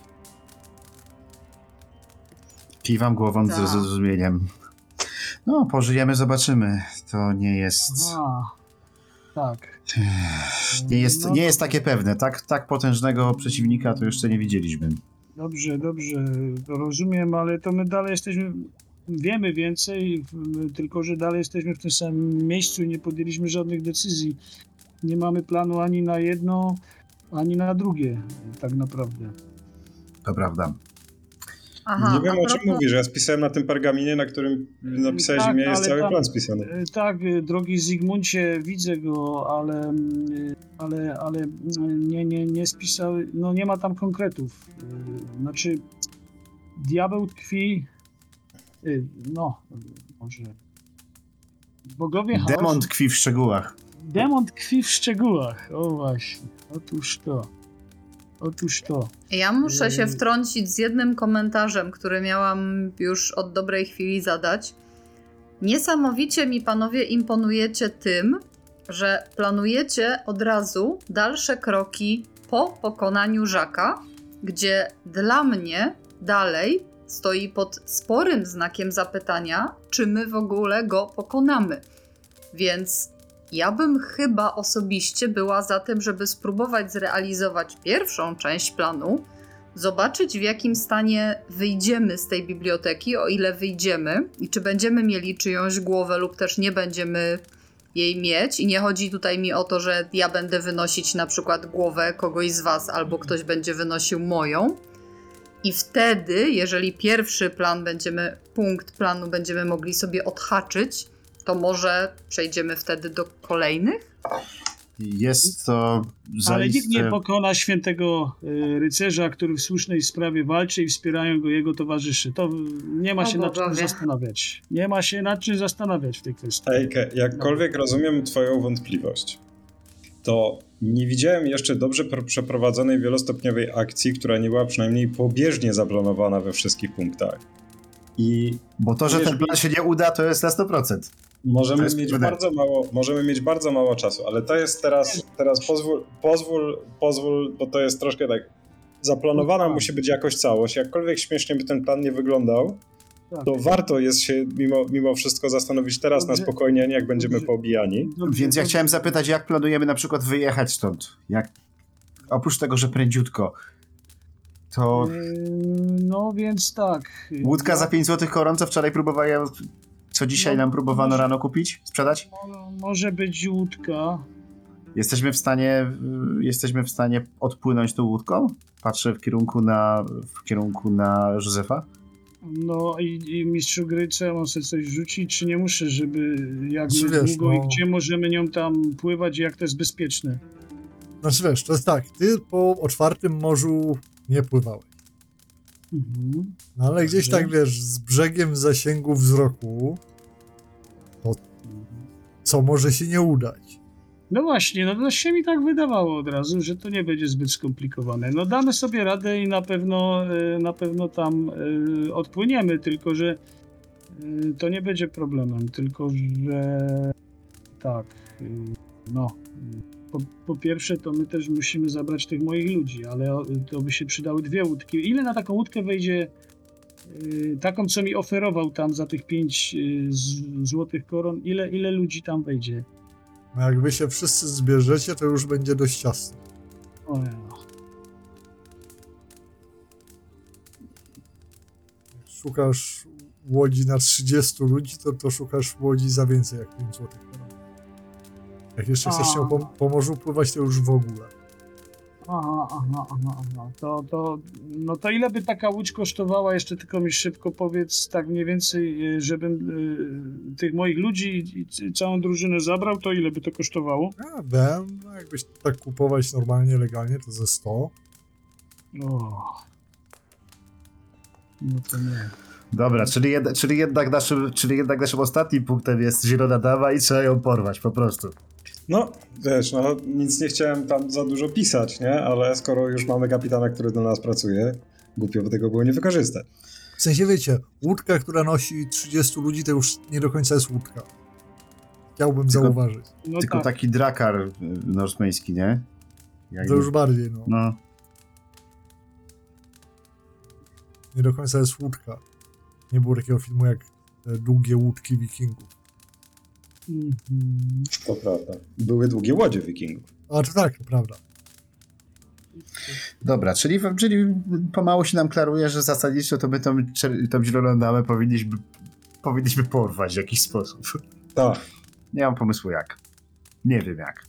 Kiwam głową Tak. ze zrozumieniem. No, pożyjemy, zobaczymy. To nie jest... A, tak. Nie jest takie pewne. Tak potężnego przeciwnika to jeszcze nie widzieliśmy. Dobrze, to rozumiem, ale to my dalej wiemy więcej, tylko że dalej jesteśmy w tym samym miejscu i nie podjęliśmy żadnych decyzji. Nie mamy planu ani na jedno, ani na drugie, tak naprawdę. To prawda. Aha, Nie wiem, a o czym propos- mówisz. Ja spisałem na tym pergaminie, na którym napisałeś Tak, imię, jest ale cały tam- plan spisany. Tak, drogi Zygmuncie, widzę go, ale nie spisały, no nie ma tam konkretów. Znaczy, diabeł tkwi, no, może... Bogowie chaosu. Demon tkwi w szczegółach. Demon tkwi w szczegółach. O właśnie. Otóż to. Ja muszę się wtrącić z jednym komentarzem, który miałam już od dobrej chwili zadać. Niesamowicie mi panowie imponujecie tym, że planujecie od razu dalsze kroki po pokonaniu Żaka, gdzie dla mnie dalej stoi pod sporym znakiem zapytania, czy my w ogóle go pokonamy. Więc ja bym chyba osobiście była za tym, żeby spróbować zrealizować pierwszą część planu, zobaczyć w jakim stanie wyjdziemy z tej biblioteki, o ile wyjdziemy i czy będziemy mieli czyjąś głowę lub też nie będziemy jej mieć. I nie chodzi tutaj mi o to, że ja będę wynosić na przykład głowę kogoś z was albo ktoś będzie wynosił moją. I wtedy, jeżeli pierwszy punkt planu będziemy mogli sobie odhaczyć, to może przejdziemy wtedy do kolejnych? Jest to Ale nikt zaiste... nie pokona świętego rycerza, który w słusznej sprawie walczy i wspierają go jego towarzysze. To nie ma O się nad czym bogowie. zastanawiać. Nie ma się nad czym zastanawiać w tej kwestii. Ejke, jakkolwiek rozumiem twoją wątpliwość, to nie widziałem jeszcze dobrze przeprowadzonej wielostopniowej akcji, która nie była przynajmniej pobieżnie zaplanowana we wszystkich punktach. I Bo to, że ten plan się nie uda, to jest na 100%. możemy To jest mieć pewne. możemy mieć bardzo mało czasu, ale to jest teraz pozwól, bo to jest troszkę tak, zaplanowana No tak. musi być jakoś całość, jakkolwiek śmiesznie by ten plan nie wyglądał, Tak. to warto jest się mimo wszystko zastanowić teraz na Dobrze. spokojnie, nie jak będziemy Dobrze. poobijani. Dobrze, Więc ja dobrze. chciałem zapytać, jak planujemy na przykład wyjechać stąd? Oprócz tego, że prędziutko, to No więc tak. łódka za 5 zł koronce wczoraj próbowałem, co dzisiaj No, nam próbowano może- rano kupić, sprzedać? Może być łódka. Jesteśmy w stanie odpłynąć tą łódką? Patrzę w kierunku na Józefa. No i mistrzu gry, co ja mam sobie coś rzucić, czy nie muszę, żeby jak Znaczy, my wiesz, długo i no- gdzie możemy nią tam pływać i jak to jest bezpieczne. Znaczy wiesz, to jest tak, ty po otwartym morzu nie pływałeś. Mhm. No ale gdzieś Dobrze. tak wiesz, z brzegiem w zasięgu wzroku, to co może się nie udać? No właśnie, no to się mi tak wydawało od razu, że to nie będzie zbyt skomplikowane. No damy sobie radę i na pewno tam odpłyniemy, tylko że to nie będzie problemem, tylko że tak, no po pierwsze to my też musimy zabrać tych moich ludzi, ale to by się przydały 2 łódki. Ile na taką łódkę wejdzie, taką co mi oferował tam za tych 5 złotych koron, ile ludzi tam wejdzie? No jak wy się wszyscy zbierzecie, to już będzie dość ciasno. O ja. Jak szukasz łodzi na 30 ludzi, to szukasz łodzi za więcej jak 5 złotych. Jak jeszcze chcesz się po morzu pływać, to już w ogóle. Aha. No to ile by taka łódź kosztowała? Jeszcze tylko mi szybko powiedz, tak mniej więcej, żebym tych moich ludzi i całą drużynę zabrał, to ile by to kosztowało? Ja wiem, no jakbyś tak kupować normalnie, legalnie, to ze 100. O. No to nie. Dobra, czyli jednak naszym ostatnim punktem jest zielona dama i trzeba ją porwać, po prostu. No, wiesz, no nic nie chciałem tam za dużo pisać, nie? Ale skoro już mamy kapitana, który dla nas pracuje, głupio by tego było nie wykorzystać. W sensie wiecie, łódka, która nosi 30 ludzi, to już nie do końca jest łódka. Chciałbym zauważyć. No Tylko tak. taki drakar norweski, nie? To już bardziej, no. No. Nie do końca jest łódka. Nie było takiego filmu jak Długie łódki wikingów. To prawda. Były długie łodzie wikingów. A to tak, to prawda. Dobra, czyli pomału się nam klaruje, że zasadniczo to my tą zieloną damę powinniśmy porwać w jakiś sposób. Tak. Nie mam pomysłu jak. Nie wiem jak.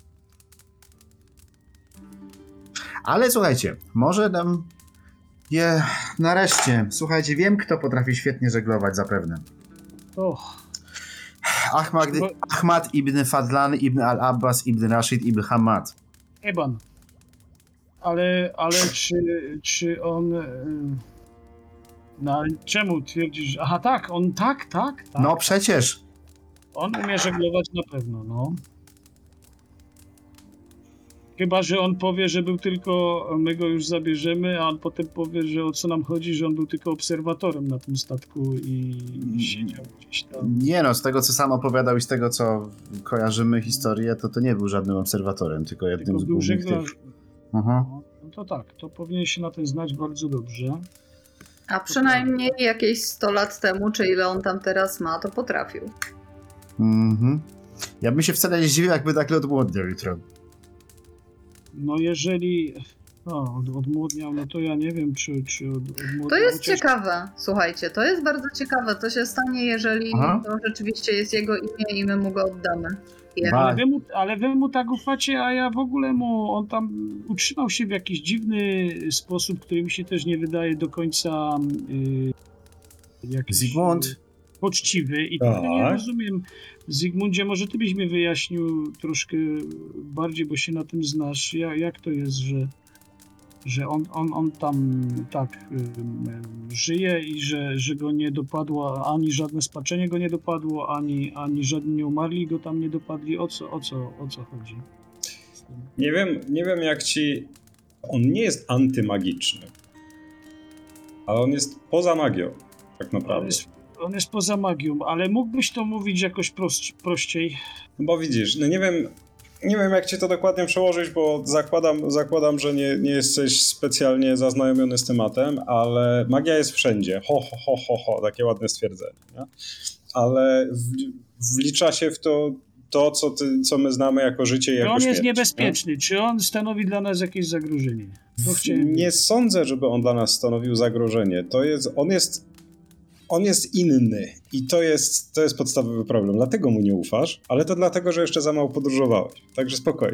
Ale słuchajcie, może nam nareszcie, słuchajcie, wiem kto potrafi świetnie żeglować zapewne. Ahmad ibn Fadlan ibn al-Abbas ibn Rashid ibn Hamad. Eban. Ale czy on... No ale czemu twierdzisz? Aha, tak, on tak. No przecież. On umie żeglować na pewno, no. Chyba że on powie, że był tylko, my go już zabierzemy, a on potem powie, że o co nam chodzi, że on był tylko obserwatorem na tym statku i siedział gdzieś tam. Nie no, z tego co sam opowiadał i z tego co kojarzymy historię, to nie był żadnym obserwatorem, tylko jednym Tylko z był głównych żeglarz. tych. Aha. No to tak, to powinien się na tym znać bardzo dobrze. A przynajmniej jakieś 100 lat temu, czy ile on tam teraz ma, to potrafił. Mhm. Ja bym się wcale nie zdziwił, jakby nagle odmłodniał jutro. No jeżeli odmłodniał, no to ja nie wiem, czy odmłodniał. To jest chociaż... ciekawe, słuchajcie, to jest bardzo ciekawe. To się stanie, jeżeli to rzeczywiście jest jego imię i my mu go oddamy. Ale wy mu tak ufacie, a ja w ogóle on tam utrzymał się w jakiś dziwny sposób, który mi się też nie wydaje do końca jakiś Zygmunt? poczciwy i Tak. tego nie rozumiem. Zygmundzie, może ty byś mi wyjaśnił troszkę bardziej, bo się na tym znasz, jak to jest, że on tam tak żyje i że go nie dopadło, ani żadne spaczenie go nie dopadło, ani żadni nieumarli go tam nie dopadli. O co chodzi? Nie wiem jak ci... On nie jest antymagiczny. Ale on jest poza magią, tak naprawdę. On jest poza magią, ale mógłbyś to mówić jakoś prościej? No bo widzisz, no nie wiem jak ci to dokładnie przełożyć, bo zakładam, że nie jesteś specjalnie zaznajomiony z tematem, ale magia jest wszędzie. Takie ładne stwierdzenie. Nie? Ale wlicza się w to co my znamy jako życie i jako śmierć. On jest śmierć, niebezpieczny. Czy on stanowi dla nas jakieś zagrożenie? Nie sądzę, żeby on dla nas stanowił zagrożenie. On jest inny i to jest podstawowy problem. Dlatego mu nie ufasz, ale to dlatego, że jeszcze za mało podróżowałeś. Także spokojnie.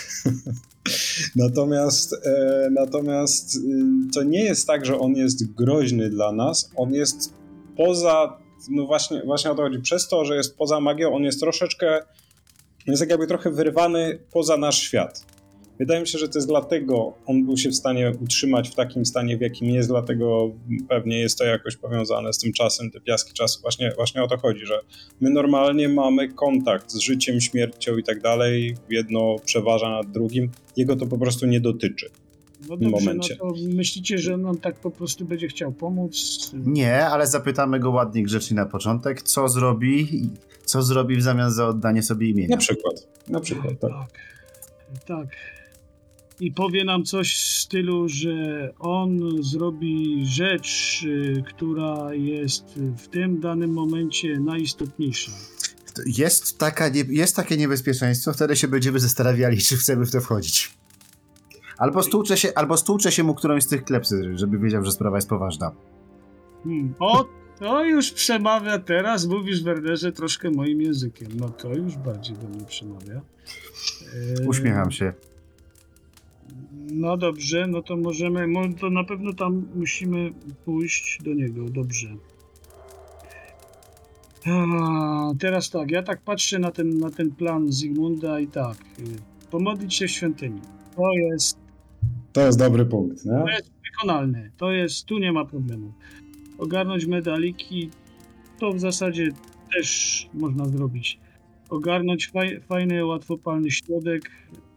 Natomiast to nie jest tak, że on jest groźny dla nas. On jest poza... No właśnie o to chodzi. Przez to, że jest poza magią, on jest tak jakby trochę wyrwany poza nasz świat. Wydaje mi się, że to jest dlatego on był się w stanie utrzymać w takim stanie, w jakim jest, dlatego pewnie jest to jakoś powiązane z tym czasem, te piaski czasu. Właśnie o to chodzi, że my normalnie mamy kontakt z życiem, śmiercią i tak dalej, jedno przeważa nad drugim, jego to po prostu nie dotyczy. No dobrze, momencie. no to myślicie, że on nam tak po prostu będzie chciał pomóc? Nie, ale zapytamy go ładnie grzecznie na początek, co zrobi w zamian za oddanie sobie imienia. Na przykład, tak. Tak. I powie nam coś w stylu, że on zrobi rzecz, która jest w tym danym momencie najistotniejsza. Jest takie niebezpieczeństwo, wtedy się będziemy zastanawiali, czy chcemy w to wchodzić. Albo stłucze się mu którąś z tych klepsy, żeby wiedział, że sprawa jest poważna. To już przemawia teraz, mówisz, Wernerze, troszkę moim językiem. No to już bardziej do mnie przemawia. Uśmiecham się. No dobrze, no to możemy, to na pewno tam musimy pójść do niego, dobrze. Teraz tak, ja tak patrzę na ten plan Zygmunda i tak, pomodlić się w świątyni. To jest dobry punkt, nie? To jest wykonalne, tu nie ma problemu. Ogarnąć medaliki, to w zasadzie też można zrobić. Ogarnąć fajny, łatwopalny środek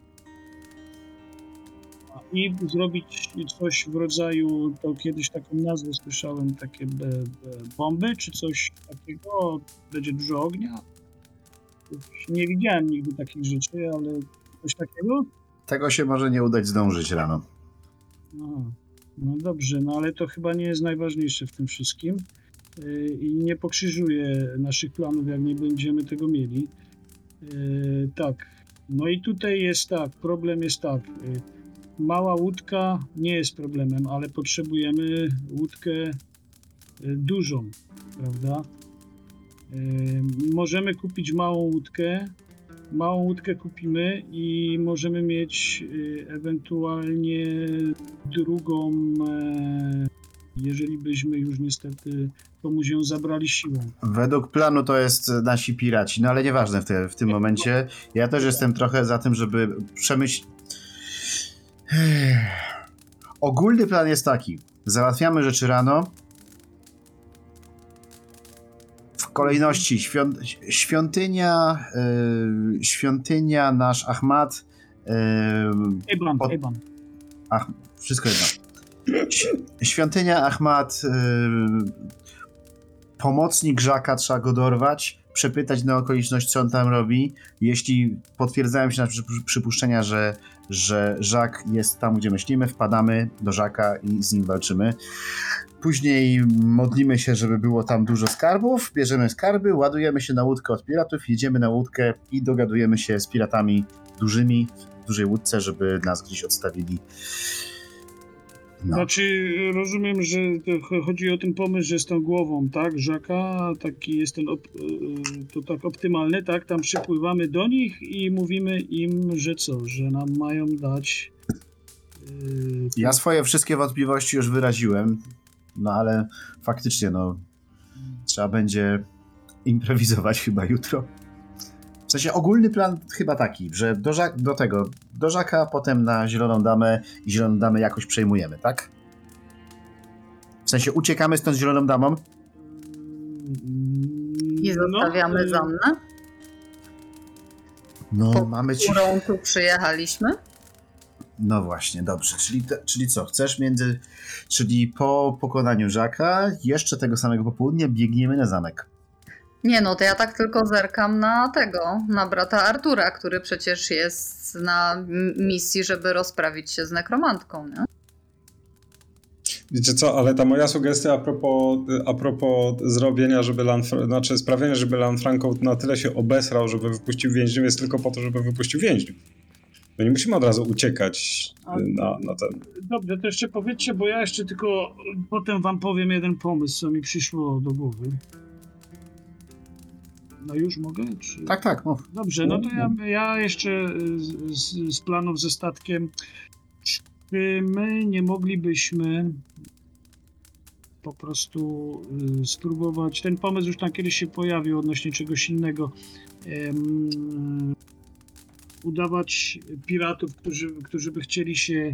i zrobić coś w rodzaju, to kiedyś taką nazwę słyszałem, takie bomby czy coś takiego, będzie dużo ognia. Nie widziałem nigdy takich rzeczy, ale coś takiego. Tego się może nie udać zdążyć rano. No dobrze, no ale to chyba nie jest najważniejsze w tym wszystkim i nie pokrzyżuje naszych planów, jak nie będziemy tego mieli. Tak, no i tutaj jest tak, problem jest tak, mała łódka nie jest problemem, ale potrzebujemy łódkę dużą, prawda? Możemy kupić małą łódkę kupimy i możemy mieć ewentualnie drugą, jeżeli byśmy już niestety komuś ją zabrali siłą. Według planu to jest nasi piraci, no ale nieważne w tym momencie. Ja też jestem trochę za tym, żeby przemyśleć. Ogólny plan jest taki. Załatwiamy rzeczy rano. W kolejności świątynia, nasz Ahmad. Eban. Wszystko jedno. Świątynia, Ahmad, pomocnik Żaka, trzeba go dorwać, przepytać na okoliczność, co on tam robi. Jeśli potwierdzają się nasze przypuszczenia, że Żak jest tam, gdzie myślimy, wpadamy do Żaka i z nim walczymy. Później modlimy się, żeby było tam dużo skarbów, bierzemy skarby, ładujemy się na łódkę od piratów, jedziemy na łódkę i dogadujemy się z piratami dużymi w dużej łódce, żeby nas gdzieś odstawili. No. Znaczy, rozumiem, że chodzi o ten pomysł, że z tą głową, tak, Żaka, taki jest ten, to tak optymalny, tak, tam przypływamy do nich i mówimy im, że co, że nam mają dać... Ja swoje wszystkie wątpliwości już wyraziłem, no ale faktycznie, no, trzeba będzie improwizować chyba jutro. W sensie ogólny plan chyba taki, że do Żaka, potem na Zieloną Damę i Zieloną Damę jakoś przejmujemy, tak? W sensie uciekamy stąd z Zieloną Damą? I zostawiamy Zannę, No, mamy ci... którą tu przyjechaliśmy. No właśnie, dobrze. Czyli co, czyli po pokonaniu Żaka, jeszcze tego samego popołudnia biegniemy na zamek. Nie no, to ja tak tylko zerkam na brata Artura, który przecież jest na misji, żeby rozprawić się z nekromantką, nie? Wiecie co, ale ta moja sugestia a propos zrobienia, sprawienia, żeby Lanfranco na tyle się obesrał, żeby wypuścił więźniów, jest tylko po to, żeby wypuścił więźniów. No nie musimy od razu uciekać na ten... Dobrze, to jeszcze powiedzcie, bo ja jeszcze tylko potem wam powiem jeden pomysł, co mi przyszło do głowy. No już mogę? Czy... Tak, mów. Dobrze, no to ja jeszcze z planów ze statkiem. Czy my nie moglibyśmy po prostu spróbować, ten pomysł już tam kiedyś się pojawił odnośnie czegoś innego, udawać piratów, którzy by chcieli się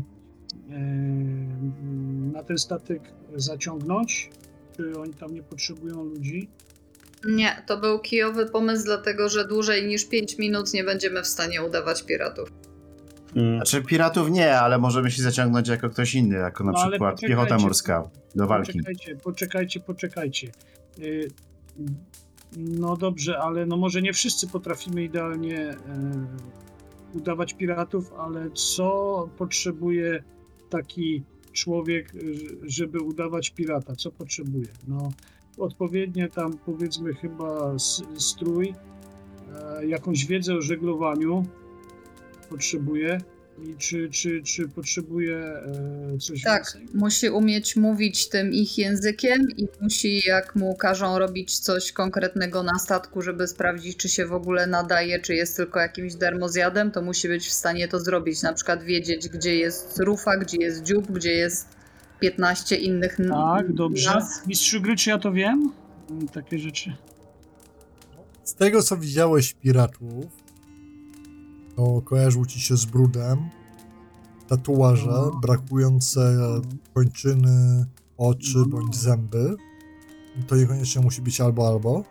na ten statek zaciągnąć? Czy oni tam nie potrzebują ludzi? Nie, to był kijowy pomysł, dlatego że dłużej niż 5 minut nie będziemy w stanie udawać piratów. Znaczy piratów nie, ale możemy się zaciągnąć jako ktoś inny, jako na przykład piechota morska do walki. Poczekajcie. No dobrze, ale no może nie wszyscy potrafimy idealnie udawać piratów, ale co potrzebuje taki człowiek, żeby udawać pirata? Co potrzebuje? No odpowiednio tam powiedzmy chyba strój, jakąś wiedzę o żeglowaniu potrzebuje, I czy potrzebuje coś Tak, więcej? musi umieć mówić tym ich językiem i musi, jak mu każą robić coś konkretnego na statku, żeby sprawdzić, czy się w ogóle nadaje, czy jest tylko jakimś darmozjadem, to musi być w stanie to zrobić. Na przykład wiedzieć, gdzie jest rufa, gdzie jest dziób, gdzie jest 15 innych Tak, dobrze. nazw. Mistrzu gry, czy ja to wiem? Takie rzeczy. Z tego, co widziałeś piratów, to kojarzył ci się z brudem, tatuaże, brakujące kończyny, oczy bądź zęby. To niekoniecznie musi być albo.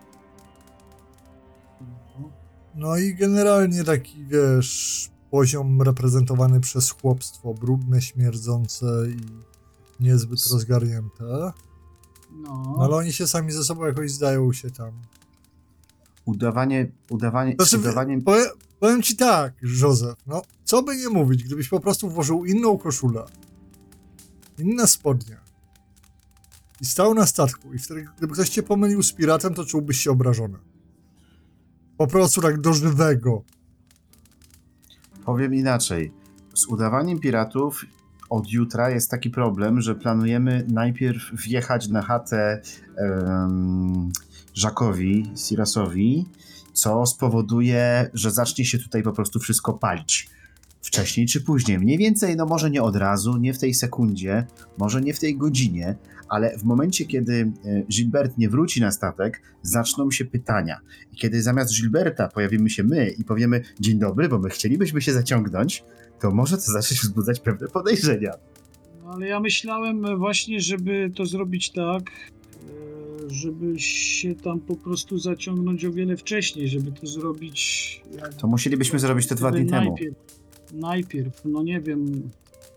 No i generalnie taki, wiesz, poziom reprezentowany przez chłopstwo, brudne, śmierdzące i niezbyt rozgarnięte. No ale oni się sami ze sobą jakoś zdają się tam. Udawanie. Znaczy, udawanie... powiem ci tak, Józef, no co by nie mówić, gdybyś po prostu włożył inną koszulę, inne spodnie i stał na statku i wtedy, gdyby ktoś cię pomylił z piratem, to czułbyś się obrażony. Po prostu tak do żywego. Powiem inaczej. Z udawaniem piratów od jutra jest taki problem, że planujemy najpierw wjechać na chatę Jacquesowi, Sirasowi, co spowoduje, że zacznie się tutaj po prostu wszystko palić. Wcześniej czy później. Mniej więcej, no może nie od razu, nie w tej sekundzie, może nie w tej godzinie, ale w momencie, kiedy Gilbert nie wróci na statek, zaczną się pytania. I kiedy zamiast Gilberta pojawimy się my i powiemy dzień dobry, bo my chcielibyśmy się zaciągnąć, to może to zacząć wzbudzać pewne podejrzenia. No, ale ja myślałem właśnie, żeby to zrobić tak, żeby się tam po prostu zaciągnąć o wiele wcześniej, żeby to zrobić... To musielibyśmy zrobić to 2 dni temu. Najpierw, no nie wiem...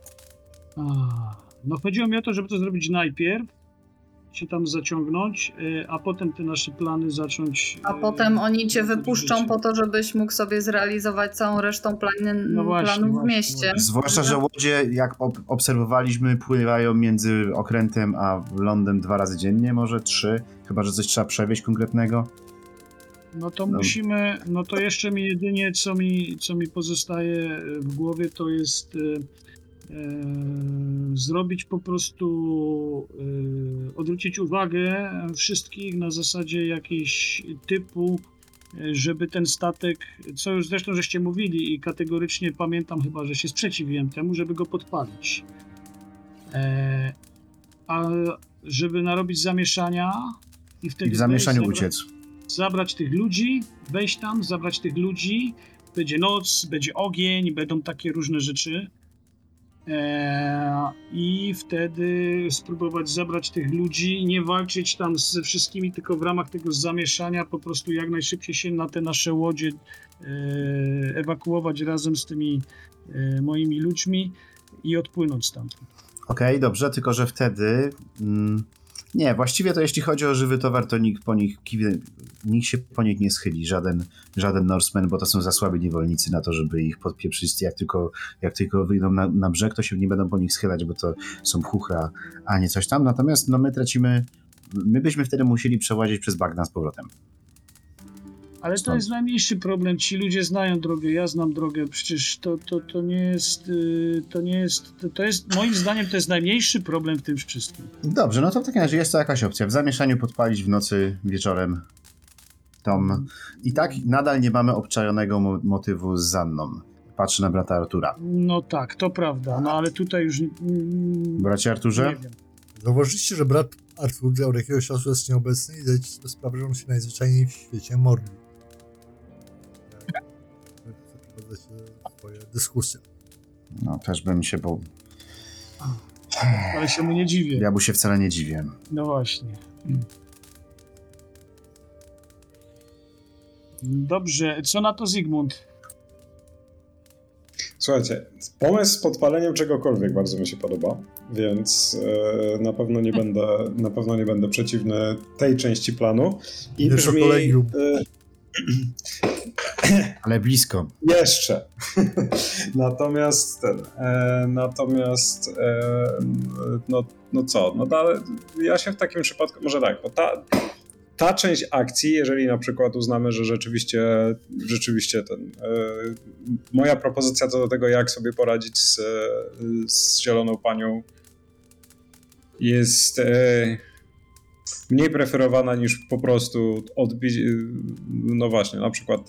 No chodziło mi o to, żeby to zrobić najpierw, się tam zaciągnąć, a potem te nasze plany zacząć... A potem oni cię wchodzić wypuszczą w życie. po to, żebyś mógł sobie zrealizować całą resztą planów w mieście. Zwłaszcza, że łodzie, jak obserwowaliśmy, pływają między okrętem a lądem 2 razy dziennie, może 3, chyba że coś trzeba przewieźć konkretnego. No to musimy, no to jeszcze mi jedynie, co mi pozostaje w głowie, to jest zrobić po prostu, odwrócić uwagę wszystkich na zasadzie jakiejś typu, żeby ten statek, co już zresztą żeście mówili i kategorycznie pamiętam chyba, że się sprzeciwiłem temu, żeby go podpalić. A żeby narobić zamieszania i wtedy I w zamieszaniu uciec. zabrać tych ludzi, wejść tam, zabrać tych ludzi, będzie noc, będzie ogień, będą takie różne rzeczy. I wtedy spróbować zabrać tych ludzi, nie walczyć tam ze wszystkimi, tylko w ramach tego zamieszania po prostu jak najszybciej się na te nasze łodzie ewakuować razem z tymi moimi ludźmi i odpłynąć stamtąd. Okej, dobrze, tylko że wtedy... nie, właściwie to jeśli chodzi o żywy towar, to nikt się po nich nie schyli, żaden Norseman, bo to są za słabi niewolnicy na to, żeby ich podpieprzyć. Jak tylko wyjdą na brzeg, to się nie będą po nich schylać, bo to są chuchra, a nie coś tam. Natomiast no my byśmy wtedy musieli przełazić przez bagna z powrotem. Ale to jest najmniejszy problem. Ci ludzie znają drogę, ja znam drogę. Przecież to nie jest. To jest moim zdaniem to jest najmniejszy problem w tym wszystkim. Dobrze, no to w takim razie jest to jakaś opcja. W zamieszaniu podpalić w nocy, wieczorem tom. I tak nadal nie mamy obczajonego motywu z Zanną. Patrzę na brata Artura. No tak, to prawda. No ale tutaj już. Bracie Arturze? Nie wiem. Zauważyliście, że brat Artur od jakiegoś czasu jest nieobecny i zdajecie sobie sprawę, że on się najzwyczajniej w świecie modli. Przeprowadzacie swoje dyskusje. No też bym się, bo Ale się mu nie dziwię. ja mu się wcale nie dziwię. No właśnie. Dobrze, co na to Zygmunt? Słuchajcie, pomysł z podpaleniem czegokolwiek bardzo mi się podoba, więc na pewno nie będę przeciwny tej części planu. I Wiesz o brzmi, kolegium. Ale blisko. Jeszcze. Natomiast ja się w takim przypadku, może tak, bo ta część akcji, jeżeli na przykład uznamy, że rzeczywiście moja propozycja co do tego, jak sobie poradzić z Zieloną Panią, jest mniej preferowana niż po prostu odbić, no właśnie, na przykład,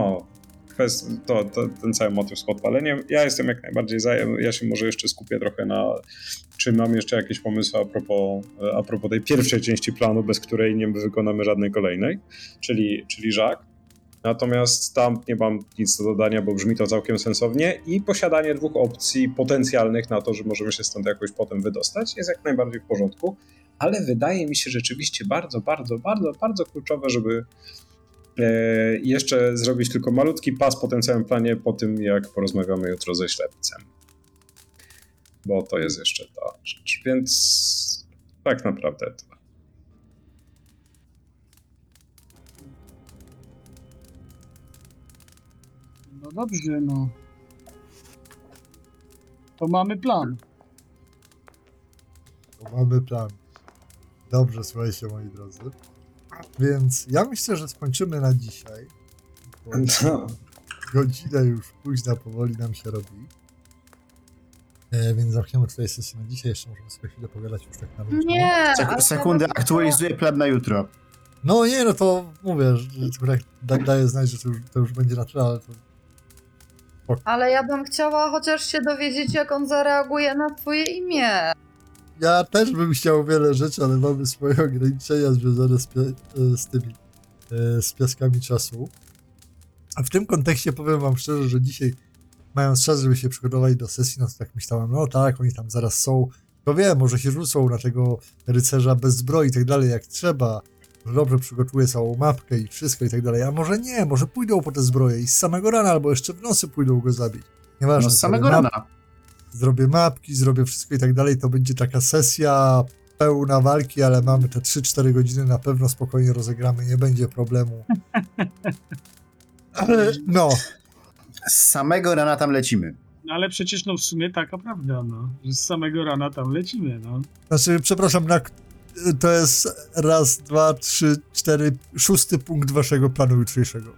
ten cały motyw z podpaleniem. Ja jestem jak najbardziej ja się może jeszcze skupię trochę czy mam jeszcze jakieś pomysły a propos tej pierwszej części planu, bez której nie wykonamy żadnej kolejnej, czyli Żak. Natomiast tam nie mam nic do dodania, bo brzmi to całkiem sensownie i posiadanie 2 opcji potencjalnych na to, że możemy się stąd jakoś potem wydostać, jest jak najbardziej w porządku, ale wydaje mi się rzeczywiście bardzo, bardzo, bardzo, bardzo kluczowe, żeby jeszcze zrobić tylko malutki pas po tym całym planie, po tym jak porozmawiamy jutro ze ślepcem. Bo to jest jeszcze ta rzecz, więc tak naprawdę to. No dobrze, no. To mamy plan. To mamy plan. Dobrze, słuchajcie, moi drodzy. Więc ja myślę, że skończymy na dzisiaj. Bo godzina już późna powoli nam się robi. Więc zamkniemy tutaj sesję na dzisiaj. Jeszcze możemy sobie chwilę pogadać już tak na luźno. Nie! ale Sekundę, teraz- aktualizuję plan na jutro. No nie, no to mówię, że tak daję znać, że to już będzie na tyle, ale to... Ale ja bym chciała chociaż się dowiedzieć, jak on zareaguje na twoje imię. Ja też bym chciał wiele rzeczy, ale mamy swoje ograniczenia związane z piaskami czasu. A w tym kontekście powiem wam szczerze, że dzisiaj, mając czas, żeby się przygotować do sesji, no to tak myślałem, no tak, oni tam zaraz są, to wiem, może się rzucą na tego rycerza bez zbroi i tak dalej, jak trzeba, że dobrze przygotuję całą mapkę i wszystko i tak dalej, a może nie, może pójdą po te zbroje i z samego rana, albo jeszcze w nocy pójdą go zabić. Nieważne, No z samego rana. zrobię mapki, zrobię wszystko i tak dalej, to będzie taka sesja pełna walki, ale mamy te 3-4 godziny, na pewno spokojnie rozegramy, nie będzie problemu. Ale no, Z samego rana tam lecimy. No ale przecież no w sumie taka prawda, no. Że z samego rana tam lecimy, no. znaczy, przepraszam, to jest 1, 2, 3, 4, 6 punkt waszego planu jutrzejszego.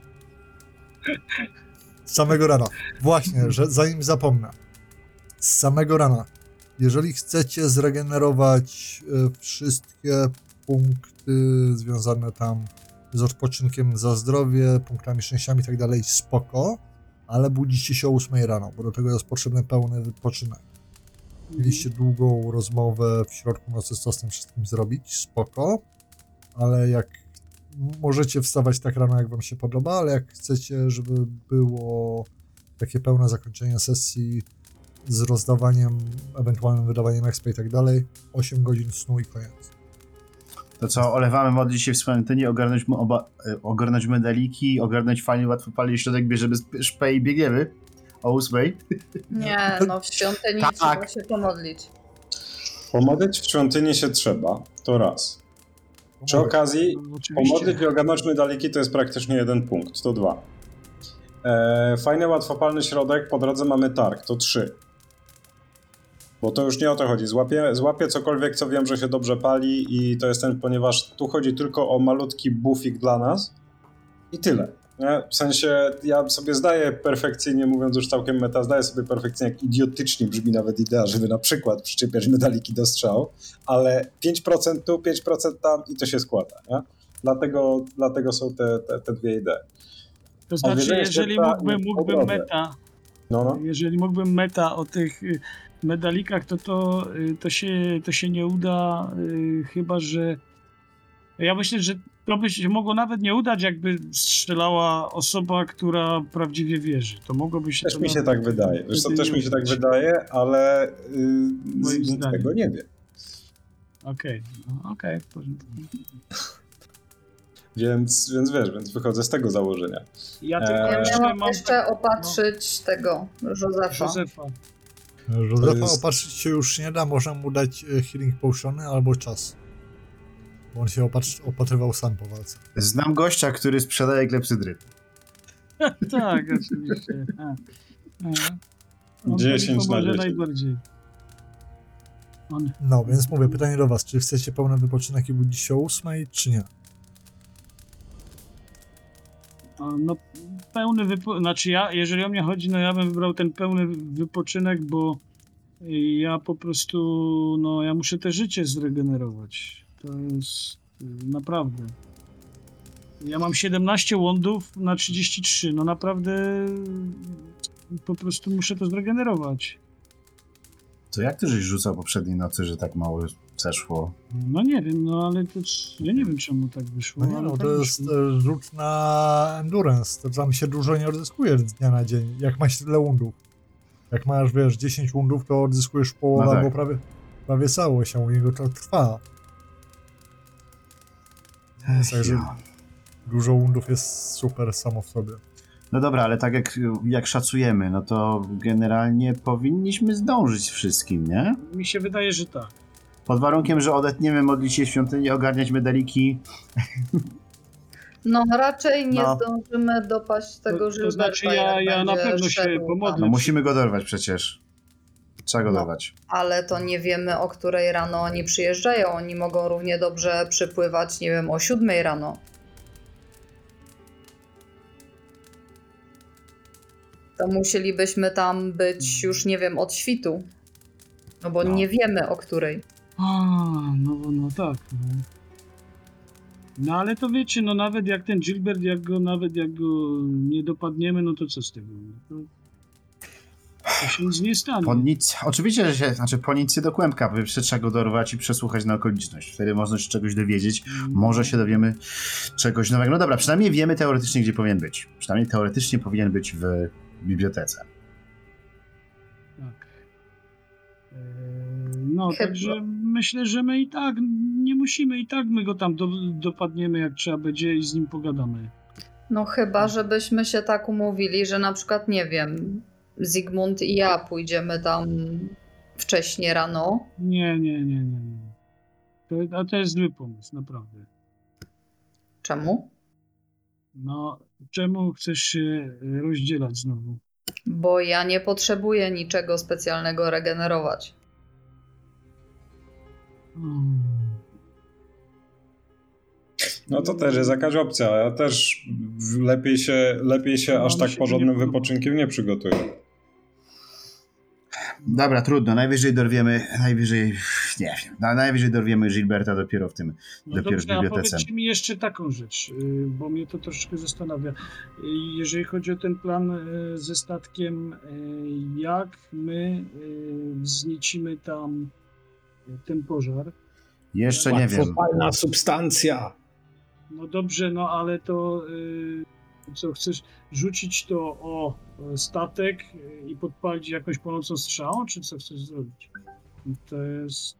Z samego rana. Właśnie, że zanim zapomnę. Z samego rana. Jeżeli chcecie zregenerować wszystkie punkty związane tam z odpoczynkiem za zdrowie, punktami szczęściami i tak dalej, spoko, ale budzicie się o 8 rano, bo do tego jest potrzebny pełny wypoczynek. Mieliście długą rozmowę w środku nocy, co z tym wszystkim zrobić, spoko, ale jak możecie wstawać tak rano, jak wam się podoba, ale jak chcecie, żeby było takie pełne zakończenie sesji z rozdawaniem, ewentualnym wydawaniem expa i tak dalej, 8 godzin snu i koniec. To co, olewamy, modlić się w świątyni, ogarnąć medaliki, ogarnąć fajny, łatwopalny środek, bierzemy szpę i biegniemy o 8. Nie, no w świątyni Tak. trzeba się pomodlić. Pomodlić w świątyni się trzeba, to raz. Przy okazji No, oczywiście. pomodlić i ogarnąć medaliki to jest praktycznie 1 punkt, to 2. Fajny, łatwopalny środek, po drodze mamy targ, to 3. Bo to już nie o to chodzi. Złapię cokolwiek, co wiem, że się dobrze pali i to jest ponieważ tu chodzi tylko o malutki buffik dla nas i tyle. Nie? W sensie ja sobie zdaję perfekcyjnie, mówiąc już całkiem meta, zdaję sobie perfekcyjnie, jak idiotycznie brzmi nawet idea, żeby na przykład przyczepiać medaliki do strzału, ale 5% tu, 5% tam i to się składa. Nie? Dlatego są te 2 idee. To znaczy, wiedzenie jeżeli świata mógłbym po drodze. meta, No. jeżeli mógłbym meta o tych medalikach, to się nie uda, chyba że... Ja myślę, że to by się mogło nawet nie udać, jakby strzelała osoba, która prawdziwie wierzy. To mogłoby się... Też to mi się nawet tak wydaje. Wiesz co, wtedy też nie mi się tak udać. wydaje, ale Moim nikt zdaniem. tego nie wie. Okej, no, okej, w porządku. Więc wychodzę z tego założenia. Ja tylko Ja jeszcze miałam mam jeszcze opatrzyć tego Józefa. Józefa. Józefa jest- opatrzyć się już nie da, można mu dać healing potiony albo czas. Bo on się opatrywał sam po walce. Znam gościa, który sprzedaje klepsydry. Tak, oczywiście. On 10 na pomoże 10. najbardziej. No, więc mówię, pytanie do was, czy chcecie pełny wypoczynek i budzić się o 8, czy nie? No pełny znaczy jeżeli o mnie chodzi, no ja bym wybrał ten pełny wypoczynek, bo ja po prostu, no ja muszę te życie zregenerować. To jest naprawdę. Ja mam 17 wondów na 33, no naprawdę po prostu muszę to zregenerować. To jak ty żeś rzucał poprzedniej nocy, że tak mało zeszło? No nie wiem, no ale to ja nie wiem czemu tak wyszło. No nie ale no, tak to jest wyszło. rzut na endurance, to tam się dużo nie odzyskuje z dnia na dzień, jak masz tyle wundów. Jak masz, wiesz, 10 wundów, to odzyskujesz połowę No tak. albo prawie całość, a u niego to trwa. Także dużo wundów jest super samo w sobie. No dobra, ale tak jak szacujemy, no to generalnie powinniśmy zdążyć z wszystkim, nie? Mi się wydaje, że tak. Pod warunkiem, że odetniemy modliciel świątyni, ogarniać medaliki. No raczej nie No. zdążymy dopaść tego To Gilberta. znaczy jak ja na będzie pewno się szedł pomodlę. No musimy go dorwać przecież. Trzeba go No. dorwać. Ale to nie wiemy, o której rano oni przyjeżdżają. Oni mogą równie dobrze przypływać, nie wiem, o 7 rano. To musielibyśmy tam być już, nie wiem, od świtu. No bo No. nie wiemy, o której. No tak. No. No ale to wiecie, no nawet jak ten Gilbert, nawet jak go nie dopadniemy, no to co z tego? No to się nic nie stanie. Oczywiście, że po nic nie do kłębka, bo jeszcze trzeba go dorwać i przesłuchać na okoliczność. Wtedy można się czegoś dowiedzieć. Może się dowiemy czegoś nowego. No dobra, przynajmniej wiemy teoretycznie, gdzie powinien być. Przynajmniej teoretycznie powinien być w bibliotece. Tak. No, Chyba. także myślę, że my i tak nie musimy, i tak my go tam dopadniemy, jak trzeba będzie i z nim pogadamy. No chyba, żebyśmy się tak umówili, że na przykład, nie wiem, Zygmunt i ja pójdziemy tam wcześnie rano. Nie. To jest zły pomysł, naprawdę. Czemu? No, czemu chcesz się rozdzielać znowu? Bo ja nie potrzebuję niczego specjalnego regenerować. Hmm. No to też jest jakaś opcja. Ja też lepiej się No, aż mi tak się to porządnym nie podoba. wypoczynkiem nie przygotuję. Dobra, trudno. Najwyżej dorwiemy Gilberta dopiero w tym, No dopiero w dobrze, a bibliotece. powiedzcie mi jeszcze taką rzecz, bo mnie to troszeczkę zastanawia. Jeżeli chodzi o ten plan ze statkiem, jak my wzniecimy tam ten pożar? Jeszcze nie wiem. Łatwopalna substancja. No dobrze, no ale to co, chcesz rzucić to o statek i podpalić jakąś płonącą strzałą, czy co chcesz zrobić? To jest...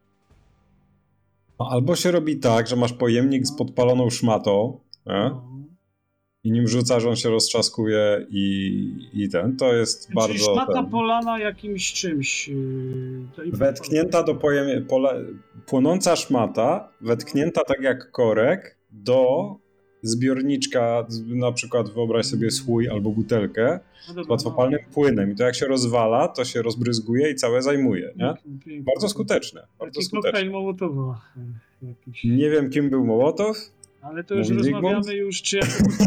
No, albo się robi tak, że masz pojemnik z podpaloną szmatą, No. i nim rzucasz, on się roztrzaskuje i ten. To jest Czyli bardzo... szmata polana jakimś czymś. To i Wetknięta do płonąca szmata, wetknięta tak jak korek do zbiorniczka, na przykład wyobraź sobie słój albo butelkę No z dobra, łatwopalnym płynem i to jak się rozwala, to się rozbryzguje i całe zajmuje, nie? Pięknie. Bardzo skuteczne, bardzo Taki skuteczne. koktajl Mołotowa jakiś. Nie wiem, kim był Mołotow. Ale to już Mówi rozmawiamy Zygmunt? już, czy ja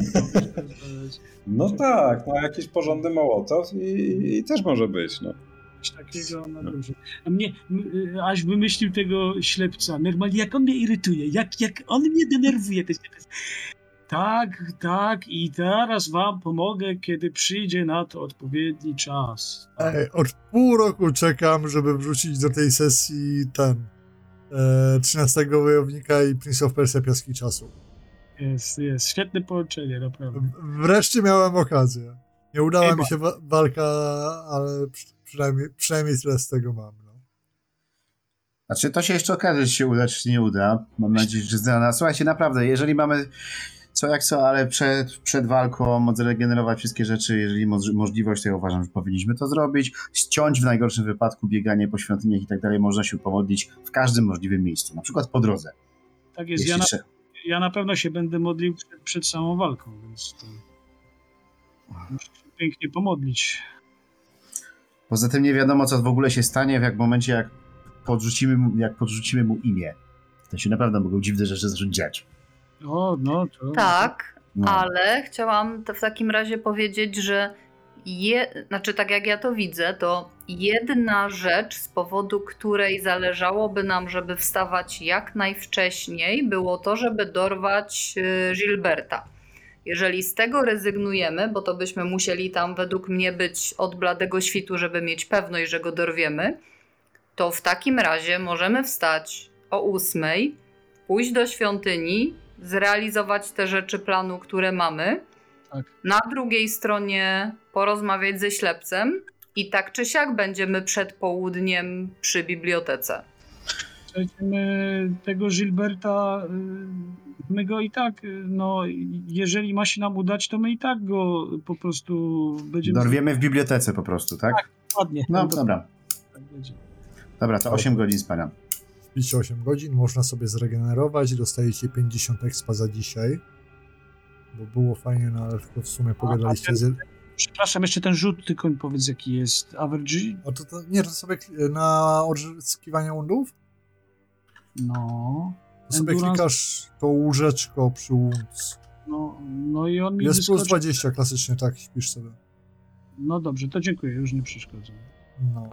No tak, no jakiś porządny Mołotow i też może być, no. coś takiego na dobrze. A mnie, aż wymyślił tego ślepca. Normalnie jak on mnie irytuje, jak on mnie denerwuje. Tak, i teraz wam pomogę, kiedy przyjdzie na to odpowiedni czas. Ej, od pół roku czekam, żeby wrzucić do tej sesji 13 Wojownika i Prince of Persia Piaski Czasu. Jest. Świetne połączenie, naprawdę. Wreszcie miałem okazję. Nie udała mi się walka, ale przynajmniej tyle z tego mam. No. Znaczy, to się jeszcze okaże, czy się uda, czy się nie uda. Mam nadzieję, że znana. Słuchajcie, naprawdę, jeżeli mamy co jak co, ale przed walką zregenerować wszystkie rzeczy, jeżeli możliwość, to ja uważam, że powinniśmy to zrobić. Ściąć w najgorszym wypadku bieganie po świątyniach i tak dalej. Można się pomodlić w każdym możliwym miejscu, na przykład po drodze. Tak jest, ja na pewno się będę modlił przed samą walką, więc to muszę się pięknie pomodlić. Poza tym nie wiadomo, co w ogóle się stanie w momencie, jak podrzucimy mu imię. To się naprawdę mogą dziwne rzeczy zacząć dziać. O, no to... Tak, No. Ale chciałam w takim razie powiedzieć, że znaczy tak jak ja to widzę, to jedna rzecz, z powodu której zależałoby nam, żeby wstawać jak najwcześniej, było to, żeby dorwać Gilberta. Jeżeli z tego rezygnujemy, bo to byśmy musieli tam według mnie być od bladego świtu, żeby mieć pewność, że go dorwiemy, to w takim razie możemy wstać o 8, pójść do świątyni, zrealizować te rzeczy planu, które mamy, Tak. na drugiej stronie porozmawiać ze ślepcem i tak czy siak będziemy przed południem przy bibliotece. My tego Gilberta, my go i tak, no jeżeli ma się nam udać, to my i tak go po prostu będziemy... Dorwiemy w bibliotece po prostu, tak? Ładnie. No, dobra. Tak będzie. Dobra, to 8 godzin spania. Śpicie 8 godzin, można sobie zregenerować i dostajecie 50 expa za dzisiaj. Bo było fajnie, no ale tylko w sumie pogadaliście z... Przepraszam, jeszcze ten rzut, tylko mi powiedz jaki jest average. A nie, to sobie na odzyskiwanie undów? No. To sobie Endurance. klikasz to łóżeczko przy łódce. No i on mi Jest plus wyskoczy. 20 klasycznie, tak, śpisz sobie. No dobrze, to dziękuję, już nie przeszkadzam. No.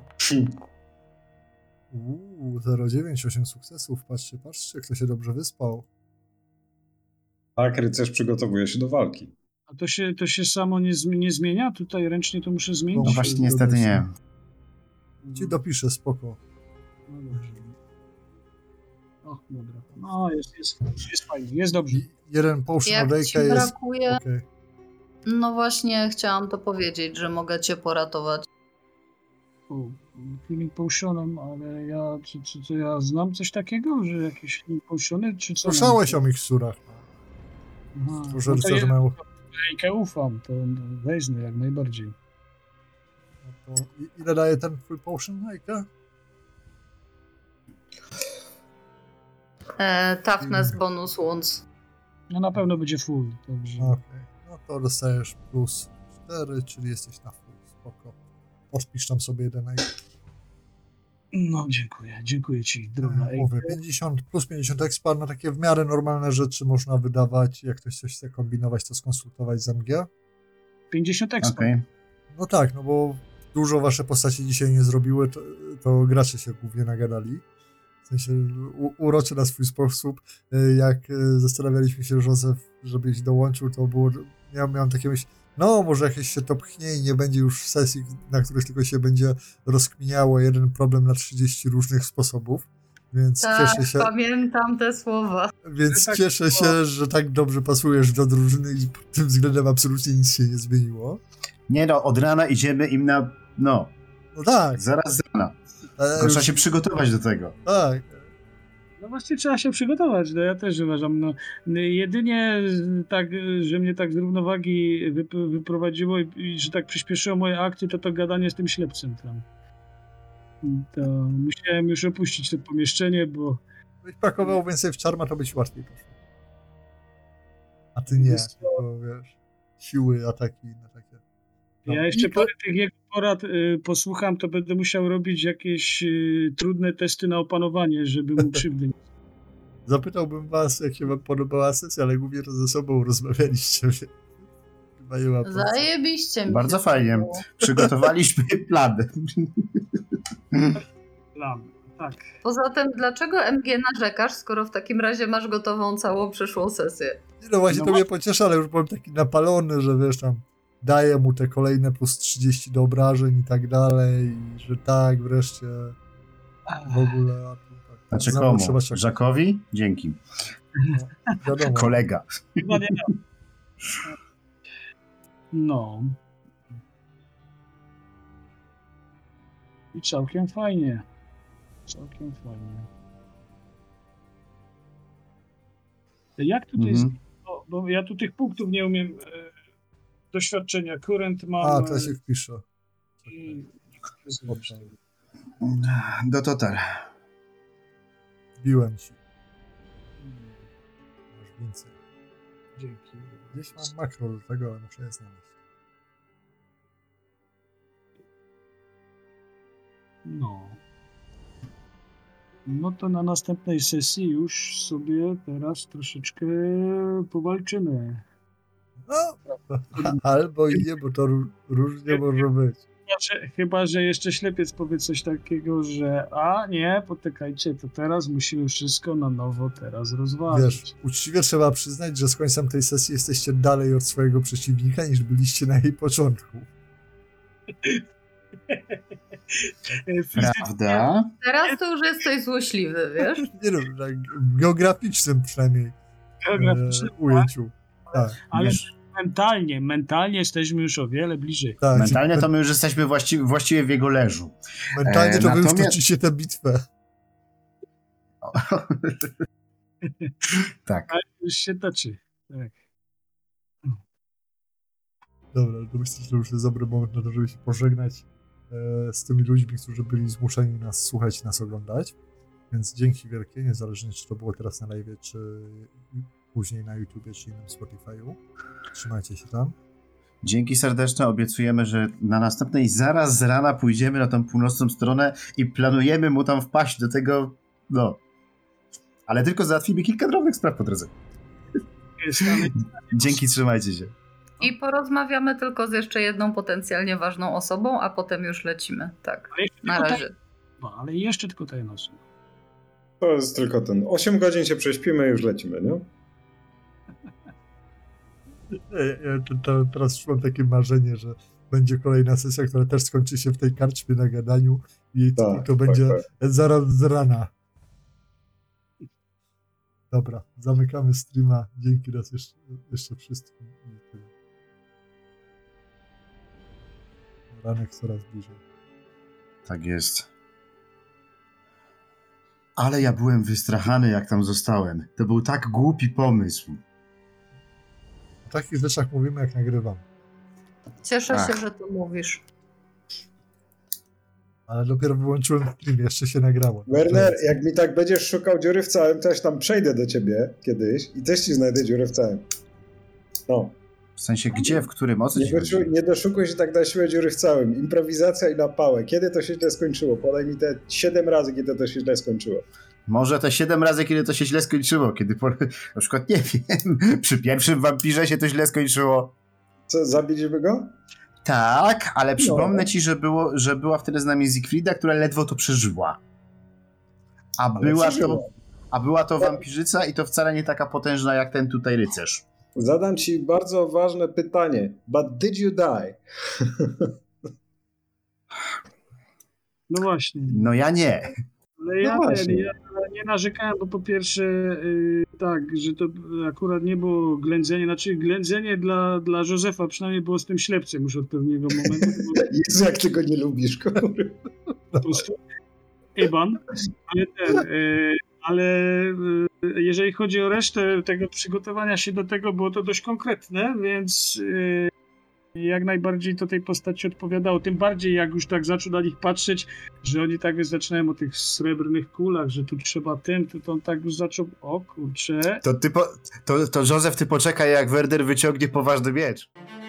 0,9, 8 sukcesów. Patrzcie, kto się dobrze wyspał. Tak, rycerz przygotowuje się do walki. A to się samo nie zmienia? Tutaj ręcznie to muszę No zmienić? właśnie, niestety nie. Ci dopiszę, spoko. No dobrze. O, dobra. No, jest fajnie, jest dobrze. Jeden potion Jak odejka ci jest... brakuje, Okej. no właśnie chciałam to powiedzieć, że mogę cię poratować. O, healing potionem, ale ja, czy ja znam coś takiego, że jakieś healing potiony, czy co? Słyszałeś o miksturach. Aha, Że no to rycerze mają... ja ufam, to wezmę jak najbardziej. No to ile daje ten full potion, Ejka? Toughness bonus once. No na pewno będzie full, także... Okej. No to dostajesz plus 4, czyli jesteś na full, spoko. Odpisz tam sobie jeden Ejka. No, dziękuję ci, drobna Ejka. Mówię, 50 plus 50 expa na takie w miarę normalne rzeczy można wydawać. Jak ktoś coś chce kombinować, to skonsultować z MG. 50 expa. Okej. No tak, no bo dużo wasze postacie dzisiaj nie zrobiły, to gracze się głównie nagadali. W sensie uroczy na swój sposób. Jak zastanawialiśmy się, Józef, żebyś dołączył, to było, miałem takie myśl, no może jakieś się to pchnie i nie będzie już sesji, na których tylko się będzie rozkminiało jeden problem na 30 różnych sposobów. Więc Tak, cieszę się. pamiętam te słowa. Więc Tak, cieszę się, że tak dobrze pasujesz do drużyny i pod tym względem absolutnie nic się nie zmieniło. Nie no, od rana idziemy im na... No, No tak. zaraz z rana. Tylko już, trzeba się przygotować do tego. tak. No właśnie trzeba się przygotować, no ja też uważam, no jedynie tak, że mnie tak z równowagi wyprowadziło i że tak przyspieszyło moje akcje, to gadanie z tym ślepcem tam. To musiałem już opuścić to pomieszczenie, bo Byś pakował więcej w czarma, to byś łatwiej poszło. A ty nie, Wiesz co? tylko wiesz, siły, ataki na takie. No. ja jeszcze I parę tych jego porad posłucham, to będę musiał robić jakieś trudne testy na opanowanie, żeby mu krzywdy nie... Zapytałbym was, jak się wam podobała sesja, ale głównie to ze sobą rozmawialiście. Chyba nie ma po co. Zajebiście mi Bardzo się fajnie. podobało. Przygotowaliśmy plan. Plan. Tak. Poza tym, dlaczego MG narzekasz, skoro w takim razie masz gotową całą przyszłą sesję? Nie, no właśnie No to ma- mnie pociesza, ale już byłem taki napalony, że wiesz tam, daję mu te kolejne plus 30 do obrażeń i tak dalej, i że tak, wreszcie w ogóle. A tu tak, Znaczy znowu komu? trzeba czekać. Żakowi? Dzięki. Wiadomo. Kolega. Chyba nie miał. No. I całkiem fajnie. Całkiem fajnie. Jak tutaj jest? Bo ja tu tych punktów nie umiem doświadczenia. Current mam. A, to się wpisze. i- Do total. Biłem ci. Masz więcej. Dzięki. Gdzieś mam makro do tego, ale muszę je znaleźć. No. No to na następnej sesji już sobie teraz troszeczkę powalczymy. Albo i nie, bo to różnie może być. Chyba, że jeszcze ślepiec powie coś takiego, że nie, poczekajcie, to teraz musimy wszystko na nowo teraz rozważyć. Wiesz, uczciwie trzeba przyznać, że z końcem tej sesji jesteście dalej od swojego przeciwnika, niż byliście na jej początku. Prawda? Teraz to już jesteś złośliwy, wiesz? Nie no, tak w geograficznym przynajmniej Geograficznie, ujęciu. Tak, ale mentalnie jesteśmy już o wiele bliżej. tak. Mentalnie to my już jesteśmy właściwie w jego leżu. Mentalnie to wy już natomiast- toczycie tę bitwę. Tak. Już się toczy. Tak. Dobra, to myślę, że to już jest dobry moment na to, żeby się pożegnać z tymi ludźmi, którzy byli zmuszeni nas słuchać i nas oglądać. Więc dzięki wielkie, niezależnie czy to było teraz na live, czy później na YouTubie, czy innym Spotify'u. Trzymajcie się tam. Dzięki serdeczne, obiecujemy, że na następnej zaraz z rana pójdziemy na tą północną stronę i planujemy mu tam wpaść do tego, ale tylko załatwimy kilka drobnych spraw po drodze. Dzięki, trzymajcie się. I porozmawiamy tylko z jeszcze jedną potencjalnie ważną osobą, a potem już lecimy. Tak, Ale jeszcze na tylko razie. ale jeszcze tylko tajna osoba. To jest tylko 8 godzin się prześpimy i już lecimy, nie? Teraz już mam takie marzenie, że będzie kolejna sesja, która też skończy się w tej karczmie na gadaniu i to będzie zaraz z rana. Dobra, zamykamy streama. Dzięki raz jeszcze wszystkim. Ranek coraz bliżej. Tak jest. Ale ja byłem wystrachany, jak tam zostałem. To był tak głupi pomysł. O takich rzeczach mówimy, jak nagrywam. Cieszę się, że to mówisz. Ale dopiero wyłączyłem stream, jeszcze się nagrało. Werner, jak mi tak będziesz szukał dziury w całym, to ja tam przejdę do ciebie kiedyś i też ci znajdę dziurę w całym. No. W sensie gdzie, w którym, o co ci chodzi? Nie doszukuj się tak na siłę dziury w całym. Improwizacja i na pałę. Kiedy to się źle skończyło? Podaj mi te 7 razy, kiedy to się źle skończyło. Może te 7 razy, kiedy to się źle skończyło. Kiedy na przykład, nie wiem, przy pierwszym wampirze się to źle skończyło. Co, zabiliśmy go? Tak, ale przypomnę ci, że była wtedy z nami Siegfrieda, która ledwo to przeżyła. A była to wampirzyca i to wcale nie taka potężna jak ten tutaj rycerz. Zadam ci bardzo ważne pytanie. But did you die? No właśnie. No ja nie. Ale No właśnie. ja nie narzekałem, bo po pierwsze tak, że to akurat nie było ględzenie, znaczy ględzenie dla Józefa przynajmniej było z tym ślepcem już od pewnego momentu. Jezu, jak ty go nie lubisz, kurwa. Po prostu Eban, ale jeżeli chodzi o resztę tego przygotowania się do tego, było to dość konkretne, więc jak najbardziej to tej postaci odpowiadało. Tym bardziej jak już tak zaczął na nich patrzeć, że oni tak już zaczynają o tych srebrnych kulach, że tu trzeba to on tak już zaczął, o kurczę. To Józef, ty poczekaj, jak Werder wyciągnie poważny miecz.